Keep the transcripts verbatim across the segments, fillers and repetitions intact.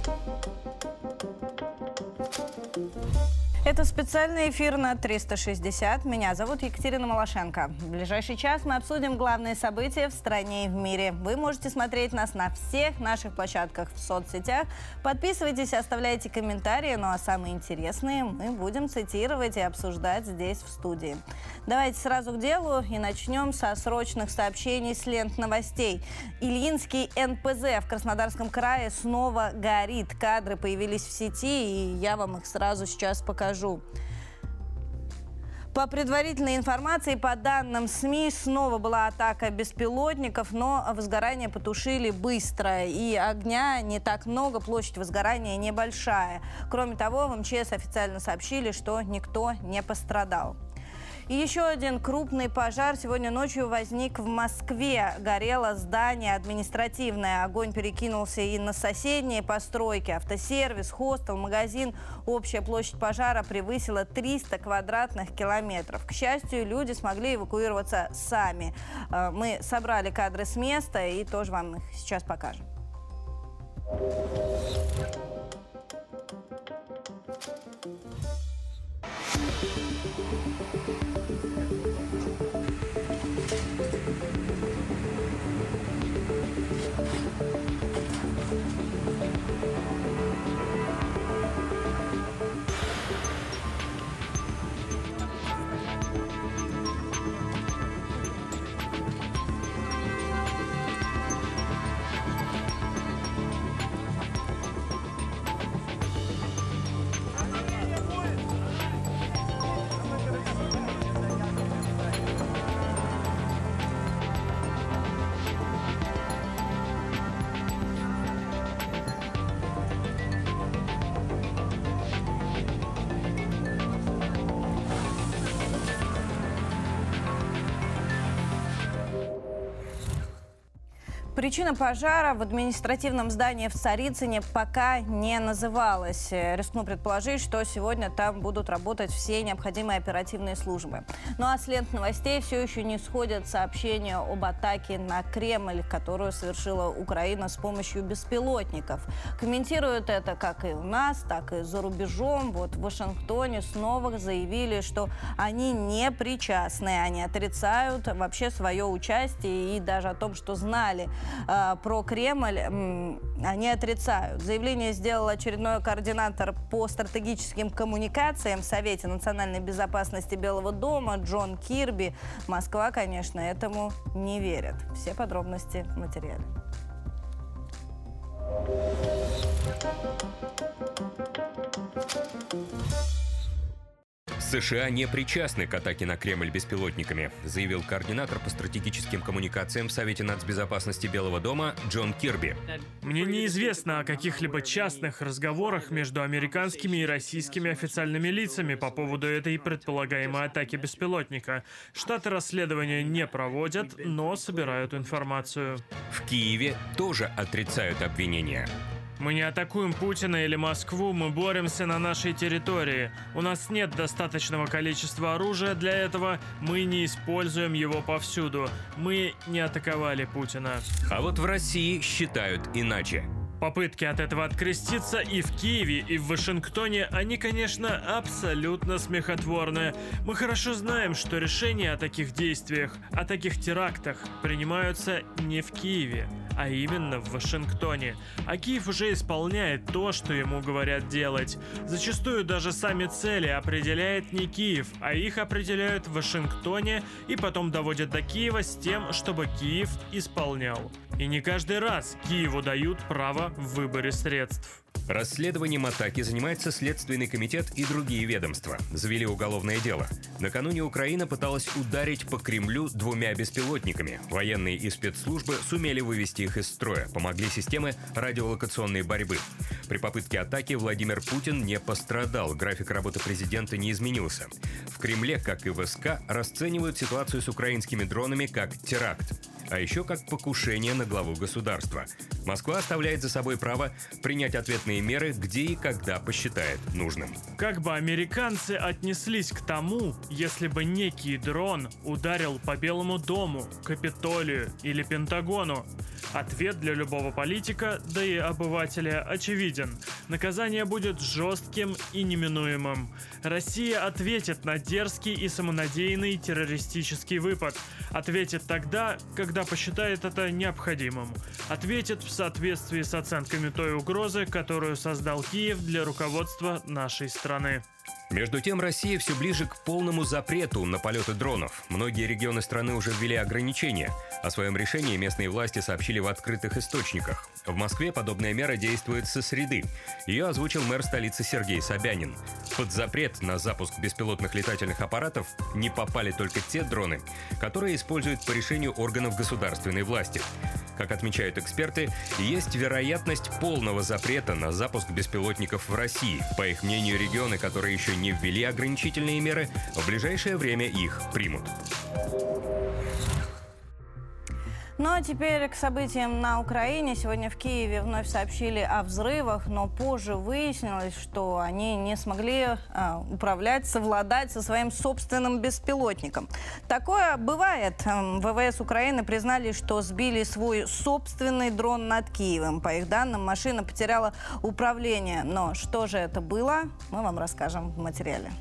Это специальный эфир на триста шестьдесят. Меня зовут Екатерина Малашенко. В ближайший час мы обсудим главные события в стране и в мире. Вы можете смотреть нас на всех наших площадках в соцсетях. Подписывайтесь, оставляйте комментарии. Ну а самые интересные мы будем цитировать и обсуждать здесь в студии. Давайте сразу к делу и начнем со срочных сообщений с лент новостей. Ильинский эн пэ зэ в Краснодарском крае снова горит. Кадры появились в сети, и я вам их сразу сейчас покажу. По предварительной информации, по данным СМИ, снова была атака беспилотников, но возгорание потушили быстро. И огня не так много, площадь возгорания небольшая. Кроме того, в эм че эс официально сообщили, что никто не пострадал. И еще один крупный пожар сегодня ночью возник в Москве. Горело здание административное. Огонь перекинулся и на соседние постройки. Автосервис, хостел, магазин. Общая площадь пожара превысила триста квадратных километров. К счастью, люди смогли эвакуироваться сами. Мы собрали кадры с места и тоже вам их сейчас покажем. Причина пожара в административном здании в Царицыне пока не называлась. Рискну предположить, что сегодня там будут работать все необходимые оперативные службы. Ну а с лент новостей все еще не сходят сообщения об атаке на Кремль, которую совершила Украина с помощью беспилотников. Комментируют это как и у нас, так и за рубежом. Вот в Вашингтоне снова заявили, что они не причастны. Они отрицают вообще свое участие и даже о том, что знали про Кремль, они отрицают. Заявление сделал очередной координатор по стратегическим коммуникациям в Совете национальной безопасности Белого дома Джон Кирби. Москва, конечно, этому не верит. Все подробности в материале. США не причастны к атаке на Кремль беспилотниками, заявил координатор по стратегическим коммуникациям в Совете нацбезопасности Белого дома Джон Кирби. Мне неизвестно о каких-либо частных разговорах между американскими и российскими официальными лицами по поводу этой предполагаемой атаки беспилотника. Штаты расследования не проводят, но собирают информацию. В Киеве тоже отрицают обвинения. Мы не атакуем Путина или Москву, мы боремся на нашей территории. У нас нет достаточного количества оружия для этого, мы не используем его повсюду. Мы не атаковали Путина. А вот в России считают иначе. Попытки от этого откреститься и в Киеве, и в Вашингтоне, они, конечно, абсолютно смехотворны. Мы хорошо знаем, что решения о таких действиях, о таких терактах принимаются не в Киеве, а именно в Вашингтоне. А Киев уже исполняет то, что ему говорят делать. Зачастую даже сами цели определяет не Киев, а их определяют в Вашингтоне и потом доводят до Киева с тем, чтобы Киев исполнял. И не каждый раз Киеву дают право в выборе средств. Расследованием атаки занимается Следственный комитет и другие ведомства. Завели уголовное дело. Накануне Украина пыталась ударить по Кремлю двумя беспилотниками. Военные и спецслужбы сумели вывести их из строя. Помогли системы радиолокационной борьбы. При попытке атаки Владимир Путин не пострадал. График работы президента не изменился. В Кремле, как и в эс ка, расценивают ситуацию с украинскими дронами как теракт. а еще как покушение на главу государства. Москва оставляет за собой право принять ответные меры, где и когда посчитает нужным. Как бы американцы отнеслись к тому, если бы некий дрон ударил по Белому дому, Капитолию или Пентагону? Ответ для любого политика, да и обывателя, очевиден. Наказание будет жестким и неминуемым. Россия ответит на дерзкий и самонадеянный террористический выпад. Ответит тогда, когда посчитает это необходимым. Ответит в соответствии с оценками той угрозы, которую создал Киев для руководства нашей страны. Между тем, Россия все ближе к полному запрету на полеты дронов. Многие регионы страны уже ввели ограничения. О своем решении местные власти сообщили в открытых источниках. В Москве подобная мера действует со среды. Ее озвучил мэр столицы Сергей Собянин. Под запрет на запуск беспилотных летательных аппаратов не попали только те дроны, которые используют по решению органов государственной власти. Как отмечают эксперты, есть вероятность полного запрета на запуск беспилотников в России. По их мнению, регионы, которые еще не ввели ограничительные меры, в ближайшее время их примут. Ну а теперь к событиям на Украине. Сегодня в Киеве вновь сообщили о взрывах, но позже выяснилось, что они не смогли а, управлять, совладать со своим собственным беспилотником. Такое бывает. ВВС Украины признали, что сбили свой собственный дрон над Киевом. По их данным, машина потеряла управление. Но что же это было, мы вам расскажем в материале.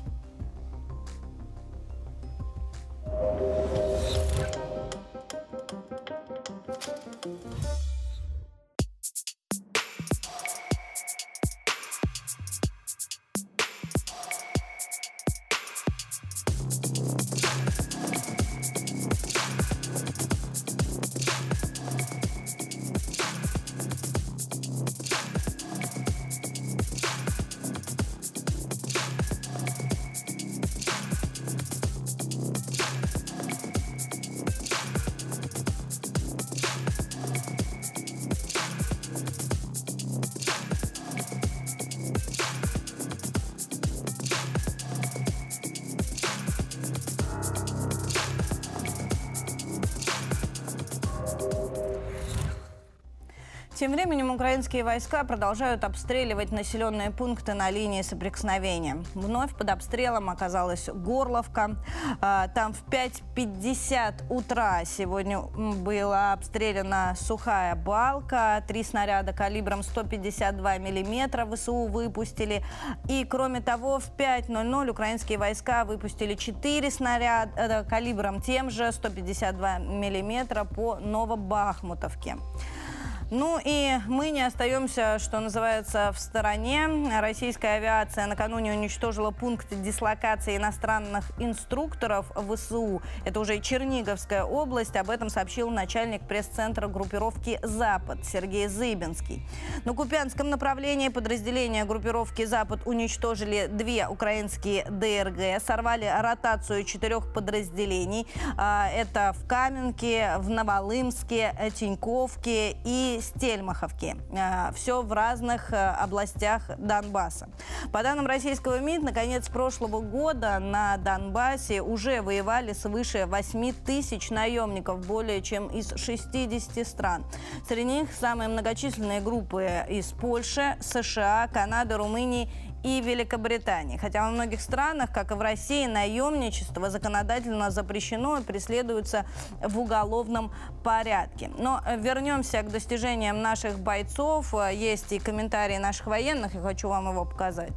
Тем временем украинские войска продолжают обстреливать населенные пункты на линии соприкосновения. Вновь под обстрелом оказалась Горловка. Там в пять пятьдесят утра сегодня была обстреляна Сухая Балка. Три снаряда калибром сто пятьдесят два миллиметра ВСУ выпустили. И кроме того, в пять ноль ноль украинские войска выпустили четыре снаряда калибром тем же сто пятьдесят два миллиметра по Новобахмутовке. Ну и мы не остаемся, что называется, в стороне. Российская авиация накануне уничтожила пункт дислокации иностранных инструкторов ВСУ. Это уже Черниговская область. Об этом сообщил начальник пресс-центра группировки «Запад» Сергей Зыбинский. На Купянском направлении подразделения группировки «Запад» уничтожили две украинские ДРГ, сорвали ротацию четырех подразделений. Это в Каменке, в Новолымске, Тиньковке и Стельмаховки. Все в разных областях Донбасса. По данным российского МИД, на конец прошлого года на Донбассе уже воевали свыше восьми тысяч наемников, более чем из шестидесяти стран. Среди них самые многочисленные группы из Польши, США, Канады, Румынии и Великобритании. Хотя во многих странах, как и в России, наемничество законодательно запрещено и преследуется в уголовном порядке. Но вернемся к достижениям наших бойцов. Есть и комментарии наших военных, и хочу вам его показать.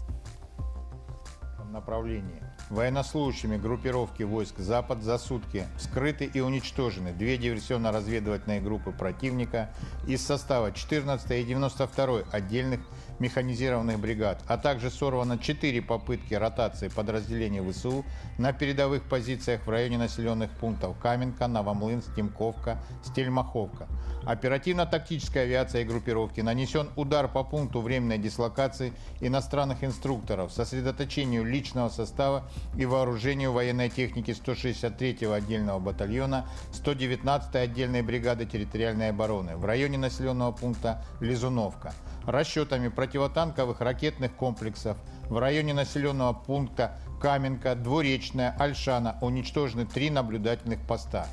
В направлении военнослужащими группировки войск «Запад» за сутки вскрыты и уничтожены две диверсионно-разведывательные группы противника из состава четырнадцатой и девяносто второй отдельных механизированных бригад, а также сорвано четыре попытки ротации подразделений ВСУ на передовых позициях в районе населенных пунктов Каменка, Новомлынск, Тимковка, Стельмаховка. Оперативно-тактической авиацией группировки нанесен удар по пункту временной дислокации иностранных инструкторов, сосредоточению личного состава и вооружению военной техники сто шестьдесят третьего отдельного батальона сто девятнадцатой отдельной бригады территориальной обороны в районе населенного пункта Лизуновка. Расчетами противотанковых ракетных комплексов в районе населенного пункта Каменка, Двуречная, Ольшана уничтожены три наблюдательных поста.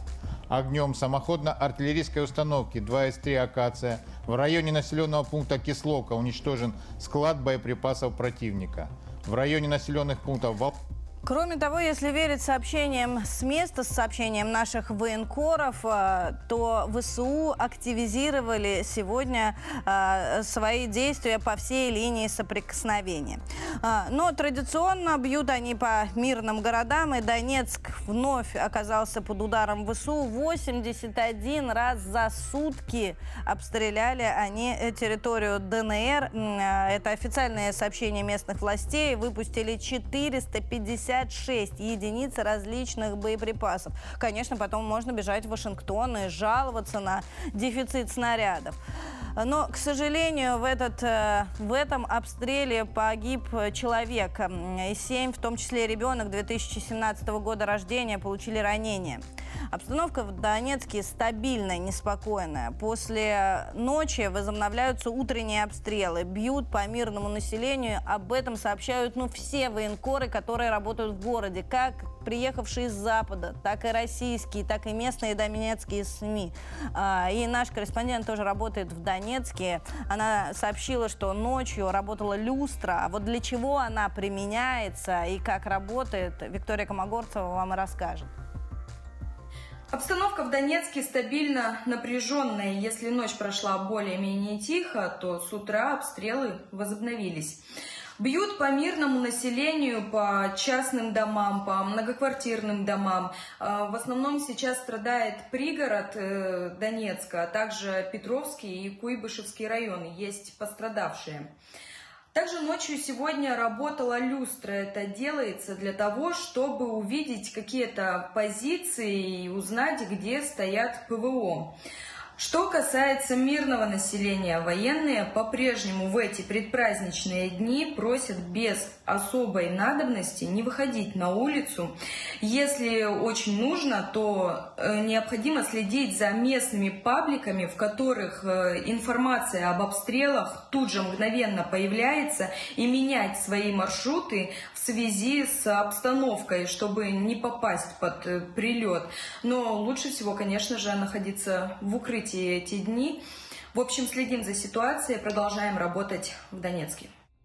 огнем самоходно-артиллерийской установки два эс три «Акация». В районе населенного пункта Кисловка уничтожен склад боеприпасов противника. В районе населенных пунктов Вол... Кроме того, если верить сообщениям с места, с сообщениям наших военкоров, то ВСУ активизировали сегодня свои действия по всей линии соприкосновения. Но традиционно бьют они по мирным городам, и Донецк вновь оказался под ударом ВСУ. восемьдесят один раз за сутки обстреляли они территорию ДНР. Это официальное сообщение местных властей. Выпустили четыреста пятьдесят шесть единиц различных боеприпасов. Конечно, потом можно бежать в Вашингтон и жаловаться на дефицит снарядов. Но, к сожалению, в, этот, в этом обстреле погиб человек. И семь, в том числе ребенок две тысячи семнадцатого года рождения, получили ранения. Обстановка в Донецке стабильная, неспокойная. После ночи возобновляются утренние обстрелы. Бьют по мирному населению. Об этом сообщают ну, все военкоры, которые работают в городе. Как приехавшие из Запада, так и российские, так и местные донецкие СМИ. И наш корреспондент тоже работает в Донецке. Она сообщила, что ночью работала люстра. А вот для чего она применяется и как работает, Виктория Комогорцева вам и расскажет. Обстановка в Донецке стабильно напряженная. Если ночь прошла более-менее тихо, то с утра обстрелы возобновились. Бьют по мирному населению, по частным домам, по многоквартирным домам. В основном сейчас страдает пригород Донецка, а также Петровский и Куйбышевский районы. Есть пострадавшие. Также ночью сегодня работала люстра. Это делается для того, чтобы увидеть какие-то позиции и узнать, где стоят ПВО. Что касается мирного населения, военные по-прежнему в эти предпраздничные дни просят без особой надобности не выходить на улицу. Если очень нужно, то необходимо следить за местными пабликами, в которых информация об обстрелах тут же мгновенно появляется, и менять свои маршруты в связи с обстановкой, чтобы не попасть под прилет. Но лучше всего, конечно же, находиться в укрытии эти дни. В общем, следим за ситуацией, продолжаем работать в Донецке.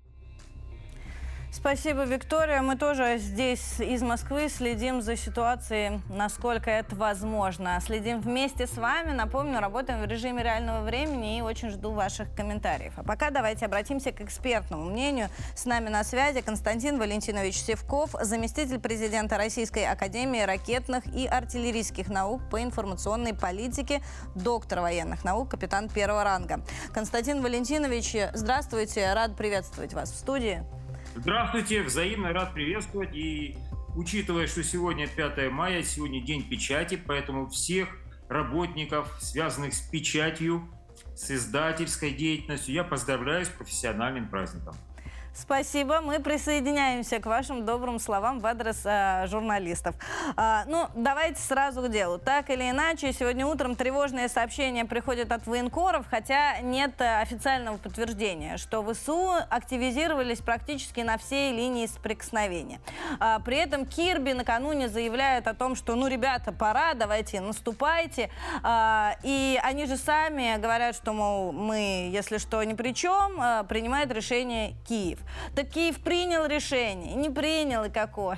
Спасибо, Виктория. Мы тоже здесь из Москвы следим за ситуацией, насколько это возможно. Следим вместе с вами. Напомню, работаем в режиме реального времени и очень жду ваших комментариев. А пока давайте обратимся к экспертному мнению. С нами на связи Константин Валентинович Севков, заместитель президента Российской академии ракетных и артиллерийских наук по информационной политике, доктор военных наук, капитан первого ранга. Константин Валентинович, здравствуйте. Рад приветствовать вас в студии. Здравствуйте, взаимно рад приветствовать. И учитывая, что сегодня пятое мая, сегодня день печати, поэтому всех работников, связанных с печатью, с издательской деятельностью, я поздравляю с профессиональным праздником. Спасибо. Мы присоединяемся к вашим добрым словам в адрес э, журналистов. А, ну, давайте сразу к делу. Так или иначе, сегодня утром тревожные сообщения приходят от военкоров, хотя нет официального подтверждения, что ВСУ активизировались практически на всей линии соприкосновения. А, при этом Кирби накануне заявляет о том, что, ну, ребята, пора, давайте, наступайте. А, и они же сами говорят, что, мол, мы, если что, ни при чем, а, принимает решение Киев. Так Киев принял решение, не принял, и какое?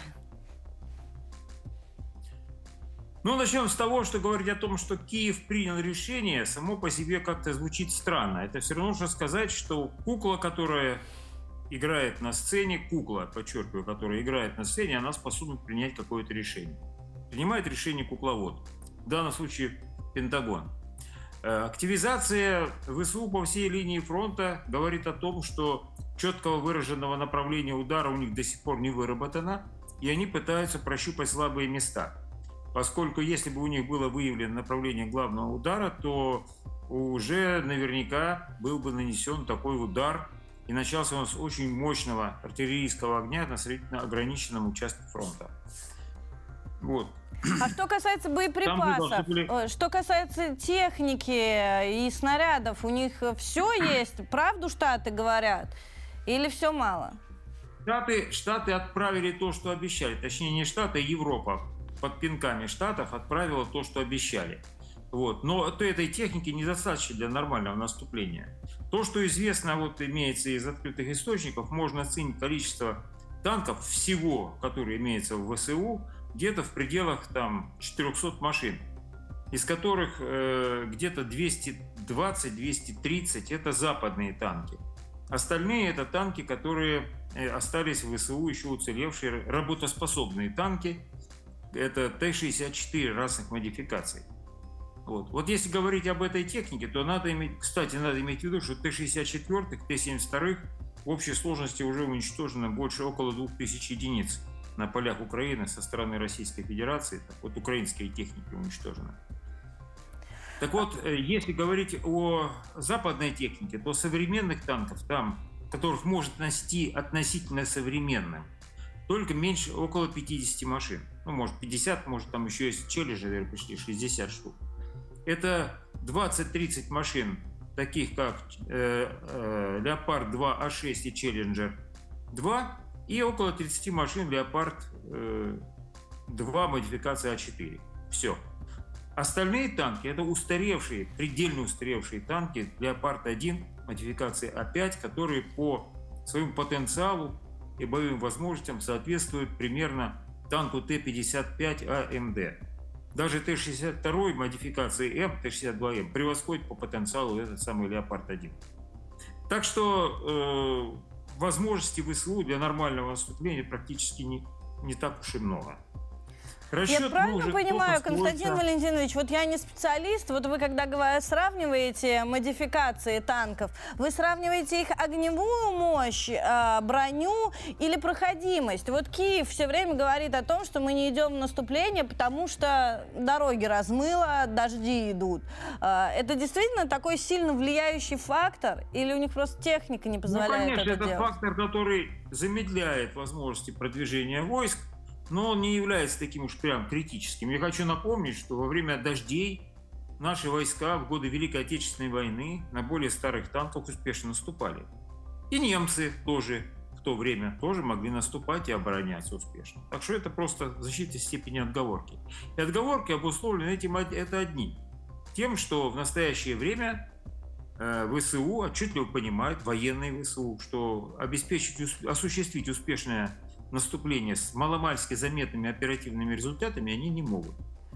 Ну, начнем с того, что говорить о том, что Киев принял решение, само по себе как-то звучит странно. Это все равно, что сказать, что кукла, которая играет на сцене, кукла, подчеркиваю, которая играет на сцене, она способна принять какое-то решение. Принимает решение кукловод, в данном случае Пентагон. Активизация ВСУ по всей линии фронта говорит о том, что четкого выраженного направления удара у них до сих пор не выработано, и они пытаются прощупать слабые места. Поскольку если бы у них было выявлено направление главного удара, то уже наверняка был бы нанесен такой удар, и начался он с очень мощного артиллерийского огня на сравнительно ограниченном участке фронта. Вот. А что касается боеприпасов, были... что касается техники и снарядов, у них все есть? Правду Штаты говорят? Или все мало? Штаты, Штаты отправили то, что обещали. Точнее, не Штаты, а Европа. под пинками Штатов отправила то, что обещали. Вот. Но то этой техники недостаточно для нормального наступления. То, что известно, вот имеется из открытых источников, можно оценить количество танков всего, которые имеются в ВСУ, где-то в пределах там четырехсот машин, из которых э, где-то двести двадцать — двести тридцать это западные танки. Остальные это танки, которые остались в ВСУ, еще уцелевшие, работоспособные танки. Это Т шестьдесят четыре разных модификаций. Вот. Вот если говорить об этой технике, то надо иметь, кстати, надо иметь в виду, что Т шестьдесят четыре, Т семьдесят два в общей сложности уже уничтожено больше около двух тысяч единиц на полях Украины со стороны Российской Федерации. Так вот, украинские техники уничтожены. Так вот, если говорить о западной технике, то современных танков там, которых может нести относительно современным, только меньше, около пятидесяти машин. Ну, может, пятьдесят, может, там еще есть челленджеры пришли, шестьдесят штук. Это двадцать-тридцать машин, таких как э, э, Леопард два А шесть и Челленджер два, и около тридцати машин Леопард э, два модификации А четыре. Все. Остальные танки – это устаревшие, предельно устаревшие танки Леопард один модификации А пять, которые по своему потенциалу и боевым возможностям соответствуют примерно танку Т пятьдесят пять А М Д. Даже Т шестьдесят два модификации М, Т шестьдесят два М превосходит по потенциалу этот самый Леопард один. Так что э, возможностей ВСУ для нормального наступления практически не, не так уж и много. Расчет я правильно понимаю, Константин Валентинович, вот я не специалист, вот вы когда говорите, сравниваете модификации танков, вы сравниваете их огневую мощь, броню или проходимость? Вот Киев все время говорит о том, что мы не идем в наступление, потому что дороги размыло, дожди идут. Это действительно такой сильно влияющий фактор или у них просто техника не позволяет ну, конечно, это это делать? фактор, который замедляет возможности продвижения войск, но он не является таким уж прям критическим. Я хочу напомнить, что во время дождей наши войска в годы Великой Отечественной войны на более старых танках успешно наступали. И немцы тоже в то время тоже могли наступать и обороняться успешно. Так что это просто в значительной степени отговорки. И отговорки обусловлены этим это одни. Тем, что в настоящее время э, ВСУ отчетливо понимают, военные ВСУ, что обеспечить, осуществить успешное наступление с маломальски заметными оперативными результатами они не могут.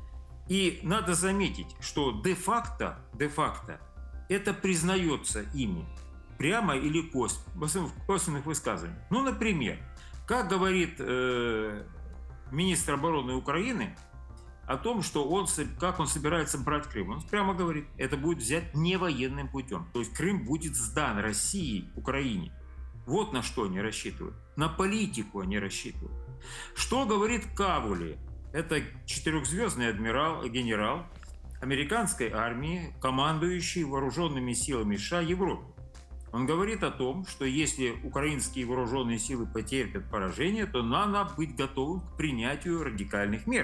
И надо заметить, что де-факто, де-факто это признается ими прямо или косвенно, в косвенных высказываниях. Ну, например, как говорит э, министр обороны Украины о том, что он, как он собирается брать Крым. Он прямо говорит, это будет взять не военным путем. То есть Крым будет сдан России, Украине. Вот на что они рассчитывают. На политику они рассчитывают. Что говорит Кавули? Это четырехзвездный адмирал, генерал американской армии, командующий вооруженными силами США Европы. Он говорит о том, что если украинские вооруженные силы потерпят поражение, то надо быть готовым к принятию радикальных мер.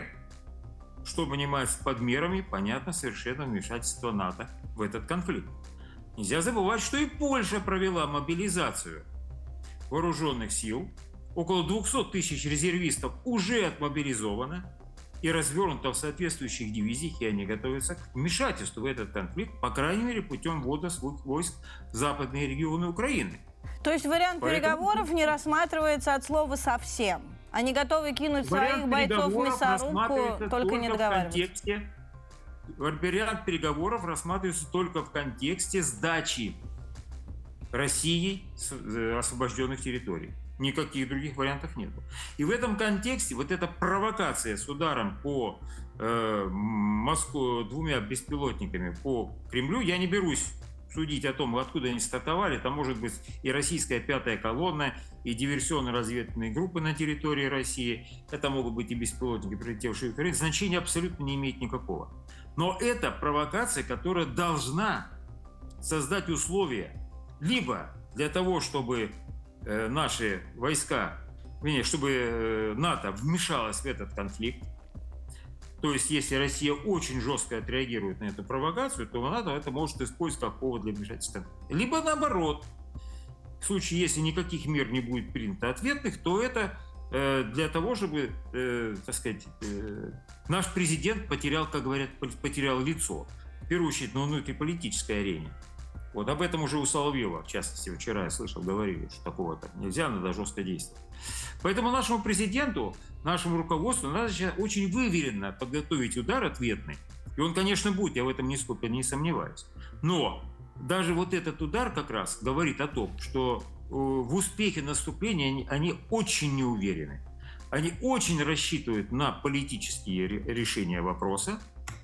Что понимается под мерами, понятно, совершенно вмешательство НАТО в этот конфликт. Нельзя забывать, что и Польша провела мобилизацию вооруженных сил. Около двухсот тысяч резервистов уже отмобилизовано и развернуто в соответствующих дивизиях, и они готовятся к вмешательству в этот конфликт, по крайней мере, путем ввода своих войск в западные регионы Украины. То есть вариант Поэтому... переговоров не рассматривается от слова совсем? Они готовы кинуть вариант своих бойцов в мясорубку, только, только не договариваться? Вариант переговоров рассматривается только в контексте сдачи Россией освобожденных территорий. Никаких других вариантов нет. И в этом контексте вот эта провокация с ударом по э, Москве двумя беспилотниками по Кремлю, я не берусь судить о том, откуда они стартовали. Там может быть и российская пятая колонна, и диверсионно-разведывательные группы на территории России. Это могут быть и беспилотники, прилетевшие в Украину. Значения абсолютно не имеет никакого. Но это провокация, которая должна создать условия либо для того, чтобы э, наши войска, вернее, чтобы э, НАТО вмешалось в этот конфликт. То есть, если Россия очень жестко отреагирует на эту провокацию, то НАТО это может использовать как повод для вмешательства. Либо наоборот, в случае, если никаких мер не будет принято ответных, то это э, для того, чтобы, э, так сказать, э, наш президент потерял, как говорят, потерял лицо. В первую очередь на внутриполитической арене. Вот об этом уже у Соловьева, в частности, вчера я слышал, говорили, что такого так нельзя, надо жестко действовать. Поэтому нашему президенту, нашему руководству надо сейчас очень выверенно подготовить удар ответный. И он, конечно, будет, я в этом нисколько не сомневаюсь. Но даже вот этот удар как раз говорит о том, что в успехе наступления они, они очень не уверены. Они очень рассчитывают на политические решения вопроса.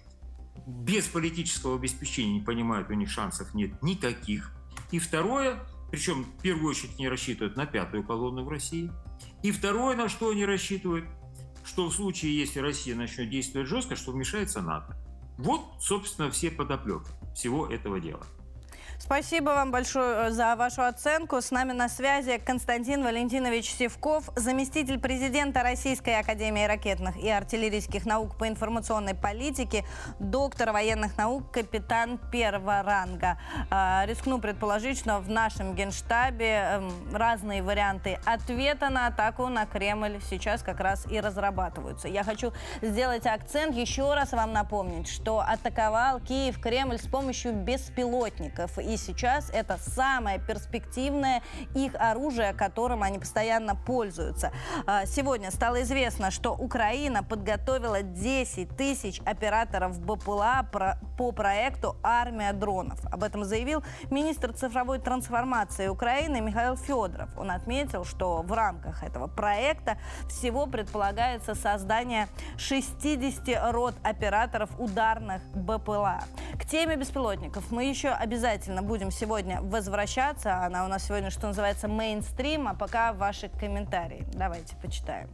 Без политического обеспечения, не понимают, у них шансов нет никаких. И второе, причем в первую очередь они рассчитывают на пятую колонну в России. И второе, на что они рассчитывают, что в случае, если Россия начнет действовать жестко, что вмешается НАТО. Вот, собственно, все подоплеки всего этого дела. Спасибо вам большое за вашу оценку. С нами на связи Константин Валентинович Сивков, заместитель президента Российской академии ракетных и артиллерийских наук по информационной политике, доктор военных наук, капитан первого ранга. Рискну предположить, что в нашем Генштабе разные варианты ответа на атаку на Кремль сейчас как раз и разрабатываются. Я хочу сделать акцент, еще раз вам напомнить, что атаковал Киев Кремль с помощью беспилотников. И сейчас это самое перспективное их оружие, которым они постоянно пользуются. Сегодня стало известно, что Украина подготовила десять тысяч операторов БПЛА по проекту «Армия дронов». Об этом заявил министр цифровой трансформации Украины Михаил Федоров. Он отметил, что в рамках этого проекта всего предполагается создание шестидесяти рот операторов ударных БПЛА. К теме беспилотников мы еще обязательно будем сегодня возвращаться. Она у нас сегодня, что называется, мейнстрим. А пока ваши комментарии. Давайте почитаем.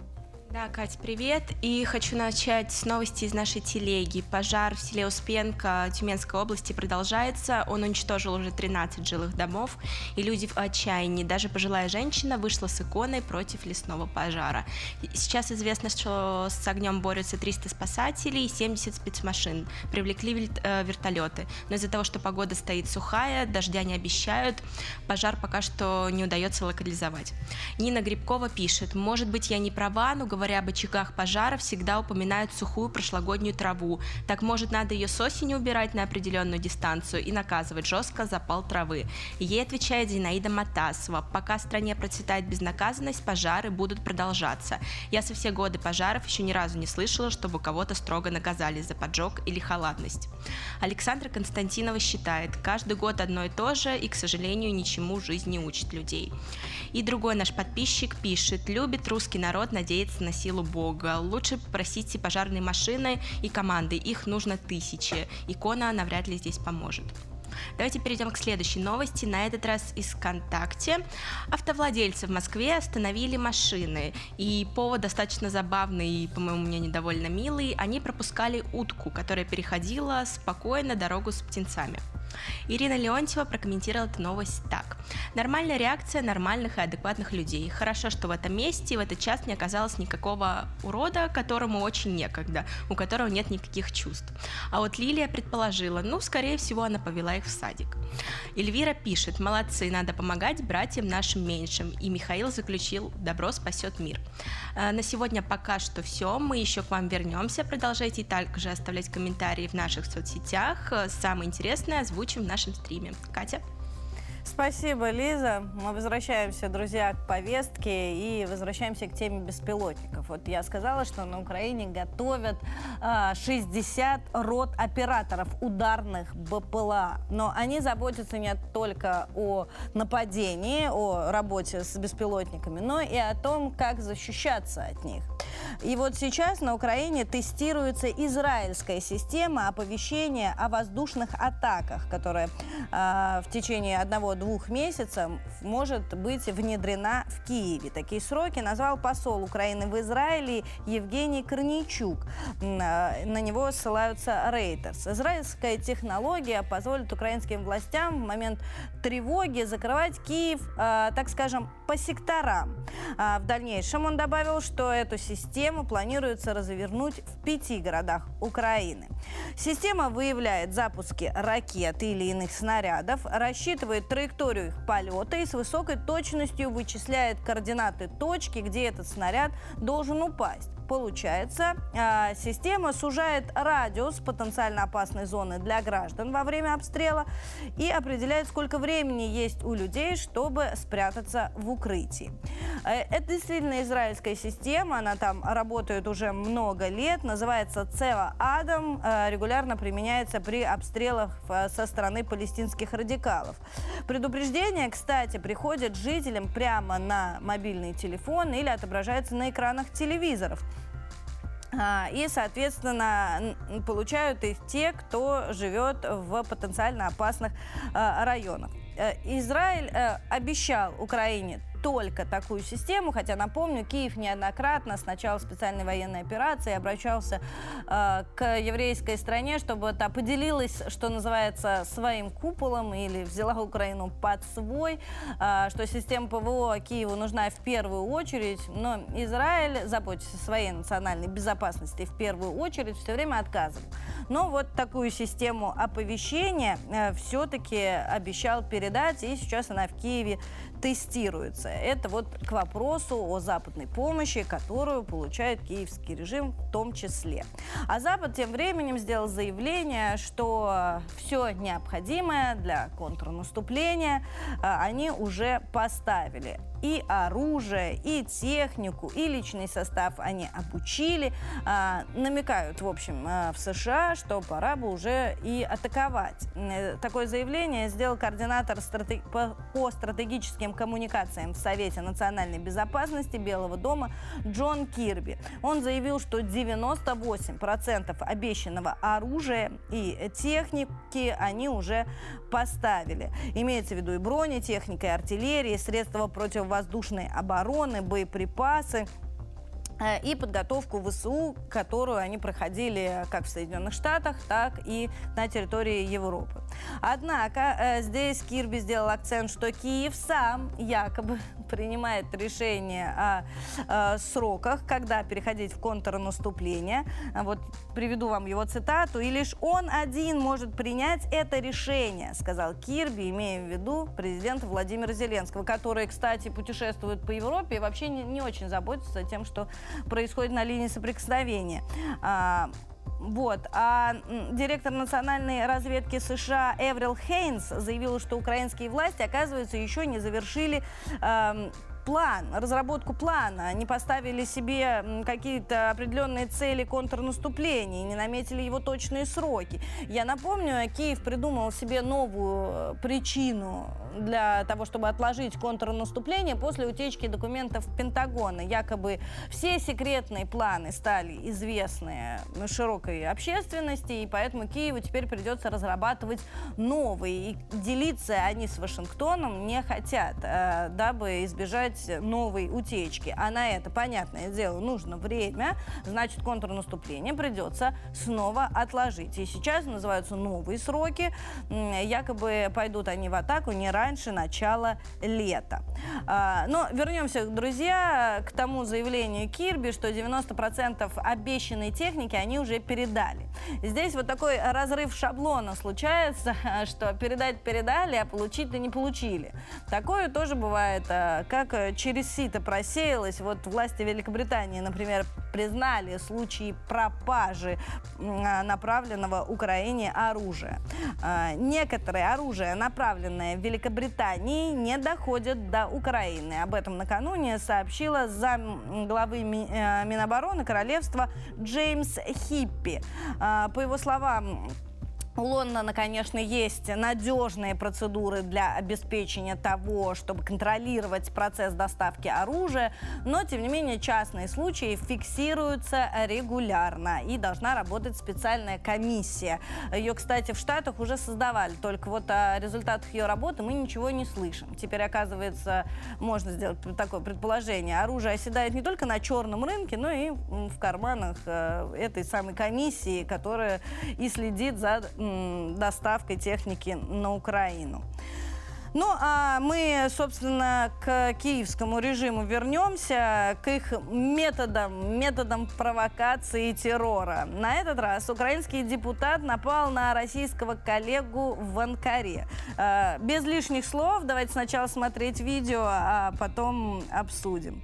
Да, Кать, привет. И хочу начать с новости из нашей телеги. Пожар в селе Успенка Тюменской области продолжается. Он уничтожил уже тринадцать жилых домов, и люди в отчаянии. Даже пожилая женщина вышла с иконой против лесного пожара. Сейчас известно, что с огнем борются триста спасателей и семьдесят спецмашин. Привлекли вертолеты. Но из-за того, что погода стоит сухая, дождя не обещают, пожар пока что не удается локализовать. Нина Грибкова пишет: «Может быть, я не права, но говоря об очагах пожара, всегда упоминают сухую прошлогоднюю траву. Так, может, надо ее с осени убирать на определенную дистанцию и наказывать жестко запал травы?» Ей отвечает Зинаида Матасова: «Пока в стране процветает безнаказанность, пожары будут продолжаться. Я со все годы пожаров еще ни разу не слышала, чтобы кого-то строго наказали за поджог или халатность». Александра Константинова считает: «Каждый год одно и то же, и, к сожалению, ничему жизнь не учит людей». И другой наш подписчик пишет: «Любит русский народ надеяться на силу Бога. Лучше попросите пожарные машины и команды. Их нужно тысячи. Икона навряд ли здесь поможет». Давайте перейдем к следующей новости, на этот раз из ВКонтакте. Автовладельцы в Москве остановили машины, и повод достаточно забавный и, по моему мнению, довольно милый. Они пропускали утку, которая переходила спокойно дорогу с птенцами. Ирина Леонтьева прокомментировала эту новость так: «Нормальная реакция нормальных и адекватных людей. Хорошо, что в этом месте в этот час не оказалось никакого урода, которому очень некогда, у которого нет никаких чувств». А вот Лилия предположила: ну, скорее всего, она повела их в садик. Эльвира пишет: «Молодцы, надо помогать братьям нашим меньшим». И Михаил заключил: «Добро спасет мир». На сегодня пока что все. Мы еще к вам вернемся. Продолжайте также оставлять комментарии в наших соцсетях. Самое интересное озвучим в нашем стриме. Катя? Спасибо, Лиза. Мы возвращаемся, друзья, к повестке и возвращаемся к теме беспилотников. Вот я сказала, что на Украине готовят а, шестьдесят рот операторов ударных БПЛА. Но они заботятся не только о нападении, о работе с беспилотниками, но и о том, как защищаться от них. И вот сейчас на Украине тестируется израильская система оповещения о воздушных атаках, которая э, в течение одного-двух месяцев может быть внедрена в Киеве. Такие сроки назвал посол Украины в Израиле Евгений Корнейчук. На него ссылаются Reuters. Израильская технология позволит украинским властям в момент тревоги закрывать Киев, э, так скажем, по секторам. А в дальнейшем он добавил, что эту систему планируется развернуть в пяти городах Украины. Система выявляет запуски ракет или иных снарядов, рассчитывает траекторию их полета и с высокой точностью вычисляет координаты точки, где этот снаряд должен упасть. Получается, система сужает радиус потенциально опасной зоны для граждан во время обстрела и определяет, сколько времени есть у людей, чтобы спрятаться в укрытии. Это действительно израильская система, она там работает уже много лет, называется Цева Адам, регулярно применяется при обстрелах со стороны палестинских радикалов. Предупреждение, кстати, приходит жителям прямо на мобильный телефон или отображается на экранах телевизоров. И, соответственно, получают их те, кто живет в потенциально опасных районах. Израиль обещал Украине только такую систему, хотя, напомню, Киев неоднократно с начала специальной военной операции обращался э, к еврейской стране, чтобы та поделилась, что называется, своим куполом или взяла Украину под свой, э, что система ПВО Киеву нужна в первую очередь, но Израиль, заботясь о своей национальной безопасности, в первую очередь все время отказывал. Но вот такую систему оповещения э, все-таки обещал передать, и сейчас она в Киеве тестируется. Это вот к вопросу о западной помощи, которую получает киевский режим в том числе. А Запад тем временем сделал заявление, что все необходимое для контрнаступления они уже поставили. И оружие, и технику, и личный состав они обучили. А, намекают, в общем, в США, что пора бы уже и атаковать. Такое заявление сделал координатор стратег... по стратегическим коммуникациям в Совете национальной безопасности Белого дома Джон Кирби. Он заявил, что девяносто восемь процентов обещанного оружия и техники они уже поставили. Имеется в виду и бронетехника, и артиллерия, и средства противовоздушной воздушной обороны, боеприпасы и подготовку ВСУ, которую они проходили как в Соединенных Штатах, так и на территории Европы. Однако здесь Кирби сделал акцент, что Киев сам якобы принимает решение о, о сроках, когда переходить в контрнаступление. Вот приведу вам его цитату. «И лишь он один может принять это решение», сказал Кирби, имея в виду президента Владимира Зеленского, который, кстати, путешествует по Европе и вообще не, не очень заботится тем, что происходит на линии соприкосновения. А, вот. А директор национальной разведки США Эврил Хейнс заявил, что украинские власти, оказывается, еще не завершили э, план, разработку плана. Они поставили себе какие-то определенные цели контрнаступления, не наметили его точные сроки. Я напомню, Киев придумал себе новую причину для того, чтобы отложить контрнаступление после утечки документов Пентагона. Якобы все секретные планы стали известны широкой общественности, и поэтому Киеву теперь придется разрабатывать новые. И делиться они с Вашингтоном не хотят, дабы избежать новой утечки. А на это, понятное дело, нужно время, значит, контрнаступление придется снова отложить. И сейчас называются новые сроки. Якобы пойдут они в атаку не раньше начала лета. Но вернемся, друзья, к тому заявлению Кирби, что девяносто процентов обещанной техники они уже передали. Здесь вот такой разрыв шаблона случается, что передать передали, а получить-то не получили. Такое тоже бывает, как через сито просеялось. Вот власти Великобритании, например, признали случаи пропажи направленного Украине оружия. Некоторые оружия, направленные в Великобритании, не доходят до Украины. Об этом накануне сообщила замглавы Минобороны королевства Джеймс Хиппи. По его словам, у Лондона, конечно, есть надежные процедуры для обеспечения того, чтобы контролировать процесс доставки оружия, но, тем не менее, частные случаи фиксируются регулярно, и должна работать специальная комиссия. Ее, кстати, в Штатах уже создавали, только вот о результатах ее работы мы ничего не слышим. Теперь, оказывается, можно сделать такое предположение. Оружие оседает не только на черном рынке, но и в карманах этой самой комиссии, которая и следит за доставкой техники на Украину. Ну, а мы, собственно, к киевскому режиму вернемся, к их методам, методам провокации и террора. На этот раз украинский депутат напал на российского коллегу в Анкаре. Без лишних слов, давайте сначала смотреть видео, а потом обсудим.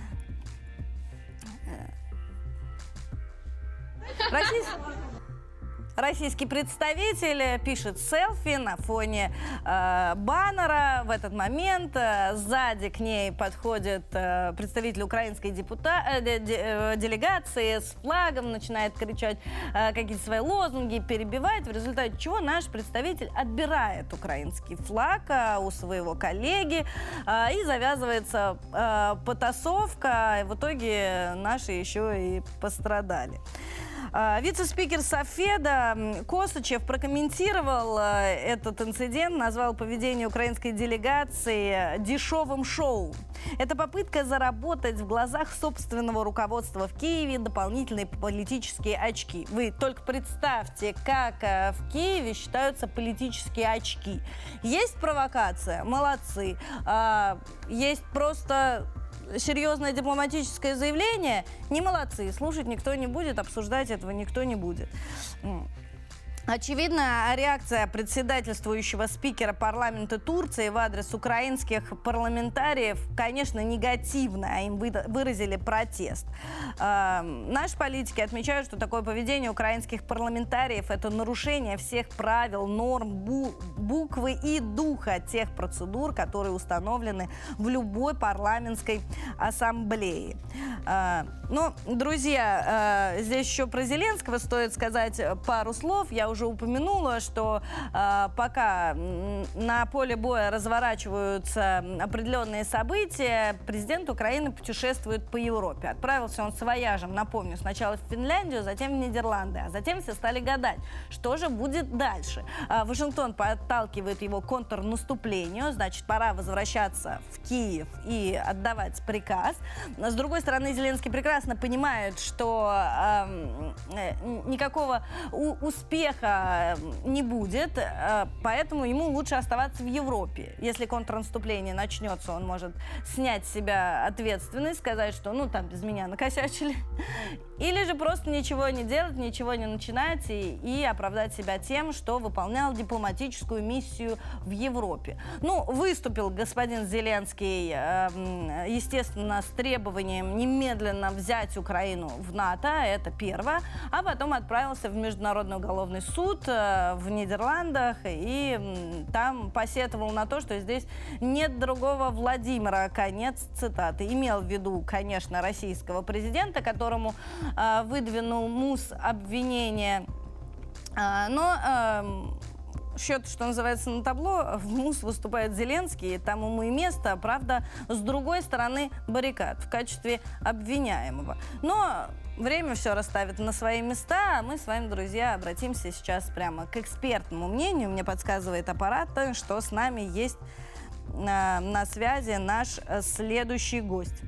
Российский... Российский представитель пишет селфи на фоне э, баннера. В этот момент э, сзади к ней подходит э, представитель украинской депута... э, де... Де... делегации с флагом, начинает кричать э, какие-то свои лозунги, перебивать, в результате чего наш представитель отбирает украинский флаг э, у своего коллеги, э, и завязывается э, потасовка, и в итоге наши еще и пострадали. Вице-спикер Софеда Косачев прокомментировал этот инцидент, назвал поведение украинской делегации дешевым шоу. Это попытка заработать в глазах собственного руководства в Киеве дополнительные политические очки. Вы только представьте, как в Киеве считаются политические очки. Есть провокация? Молодцы. Есть просто... серьезное дипломатическое заявление, не молодцы, слушать никто не будет, обсуждать этого никто не будет. Очевидно, реакция председательствующего спикера парламента Турции в адрес украинских парламентариев, конечно, негативная. Им выразили протест. Э, наши политики отмечают, что такое поведение украинских парламентариев – это нарушение всех правил, норм, бу буквы и духа тех процедур, которые установлены в любой парламентской ассамблее. Э, ну, друзья, э, здесь еще про Зеленского стоит сказать пару слов. Я уже упомянула, что э, пока на поле боя разворачиваются определенные события, президент Украины путешествует по Европе. Отправился он с вояжем, напомню, сначала в Финляндию, затем в Нидерланды, а затем все стали гадать, что же будет дальше. Э, Вашингтон подталкивает его к контрнаступлению, значит, пора возвращаться в Киев и отдавать приказ. С другой стороны, Зеленский прекрасно понимает, что э, э, никакого успеха не будет, поэтому ему лучше оставаться в Европе. Если контрнаступление начнется, он может снять с себя ответственность, сказать, что ну там без меня накосячили, или же просто ничего не делать, ничего не начинать и, и оправдать себя тем, что выполнял дипломатическую миссию в Европе. Ну, выступил господин Зеленский, естественно, с требованием немедленно взять Украину в НАТО, это первое, а потом отправился в Международный уголовный суд в Нидерландах и там посетовал на то, что здесь нет другого Владимира, конец цитаты. Имел в виду, конечно, российского президента, которому э, выдвинул МУС обвинение, э, но э, счет, что называется, на табло, в МУС выступает Зеленский, там ему и место, правда, с другой стороны баррикад в качестве обвиняемого. Но время все расставит на свои места, а мы с вами, друзья, обратимся сейчас прямо к экспертному мнению. Мне подсказывает аппарат, что с нами есть на, на связи наш следующий гость.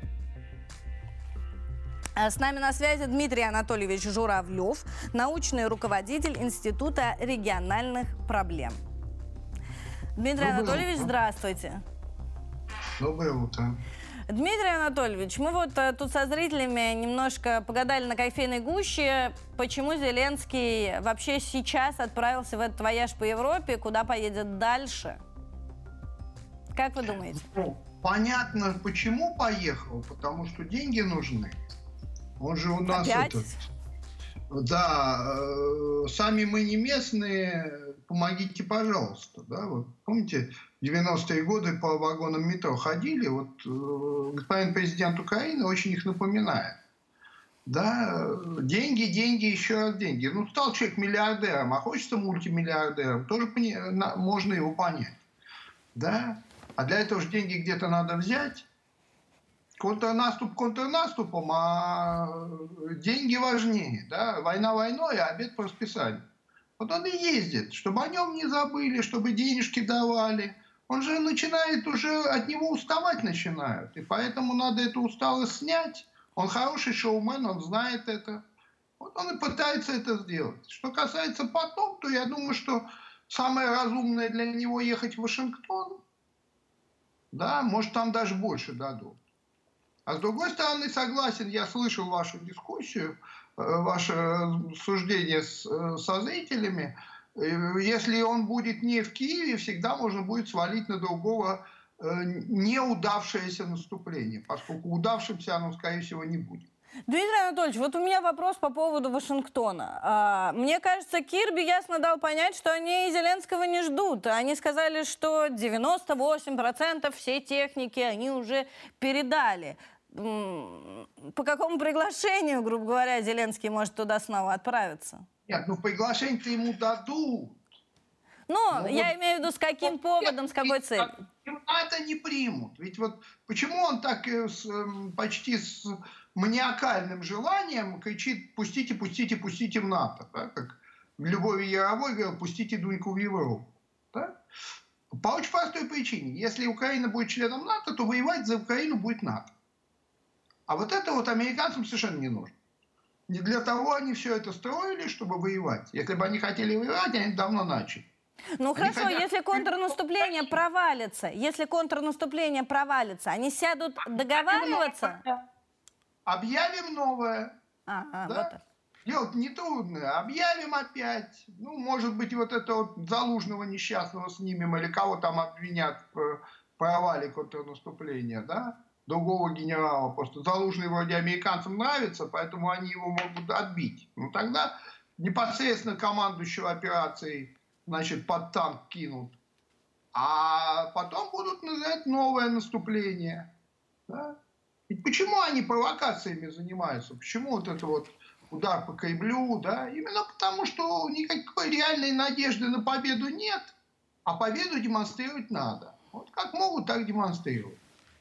С нами на связи Дмитрий Анатольевич Журавлев, научный руководитель Института региональных проблем. Дмитрий Доброе Анатольевич, утро. Здравствуйте. Доброе утро. Дмитрий Анатольевич, мы вот э, тут со зрителями немножко погадали на кофейной гуще, почему Зеленский вообще сейчас отправился в этот вояж по Европе, куда поедет дальше? Как вы думаете? Ну, понятно, почему поехал, потому что деньги нужны. Он же у нас Опять? этот... Да, э, сами мы не местные, помогите, пожалуйста. Да? Вот, помните, в девяностые годы по вагонам метро ходили, вот э, господин президент Украины очень их напоминает. Да, деньги, деньги, еще раз деньги. Ну, стал человек миллиардером, а хочется мультимиллиардером, тоже пони- на, можно его понять. Да? А для этого же деньги где-то надо взять. Контрнаступ контрнаступом, а деньги важнее. Да? Война войной, а обед по расписанию. Вот он и ездит, чтобы о нем не забыли, чтобы денежки давали. Он же начинает уже, от него уставать начинают. И поэтому надо эту усталость снять. Он хороший шоумен, он знает это. Вот он и пытается это сделать. Что касается потом, то я думаю, что самое разумное для него ехать в Вашингтон. Да, может, там даже больше дадут. А с другой стороны, согласен, я слышал вашу дискуссию, ваше суждение с, со зрителями. Если он будет не в Киеве, всегда можно будет свалить на другого неудавшееся наступление, поскольку удавшимся оно, скорее всего, не будет. Дмитрий Анатольевич, вот у меня вопрос по поводу Вашингтона. Мне кажется, Кирби ясно дал понять, что они Зеленского не ждут. Они сказали, что девяносто восемь процентов всей техники они уже передали. По какому приглашению, грубо говоря, Зеленский может туда снова отправиться? Нет, ну приглашение-то ему дадут. Ну, ну я вот, имею в виду, с каким вот, поводом, с какой целью? Это не примут. Ведь вот почему он так с, почти с маниакальным желанием кричит «пустите, пустите, пустите в НАТО», да? Как Любовь Яровой говорил «пустите Дуньку в Европу». Да? По очень простой причине. Если Украина будет членом НАТО, то воевать за Украину будет НАТО. А вот это вот американцам совершенно не нужно. Не для того они все это строили, чтобы воевать. Если бы они хотели воевать, они давно начали. Ну они хорошо, хотят... если контрнаступление провалится, если контрнаступление провалится, они сядут договариваться? Объявим новое. А, а, да? вот так. Делать нетрудно. Объявим опять. Ну, может быть, вот это вот Залужного несчастного снимем, или кого там обвинят в провале контрнаступления, да? Другого генерала. Просто Залужный вроде американцам нравится, поэтому они его могут отбить. Ну, тогда непосредственно командующего операцией, значит, под танк кинут. А потом будут называть новое наступление. Да? Ведь почему они провокациями занимаются? Почему вот это вот удар по Кремлю? Да? Именно потому, что никакой реальной надежды на победу нет, а победу демонстрировать надо. Вот как могут, так демонстрируют.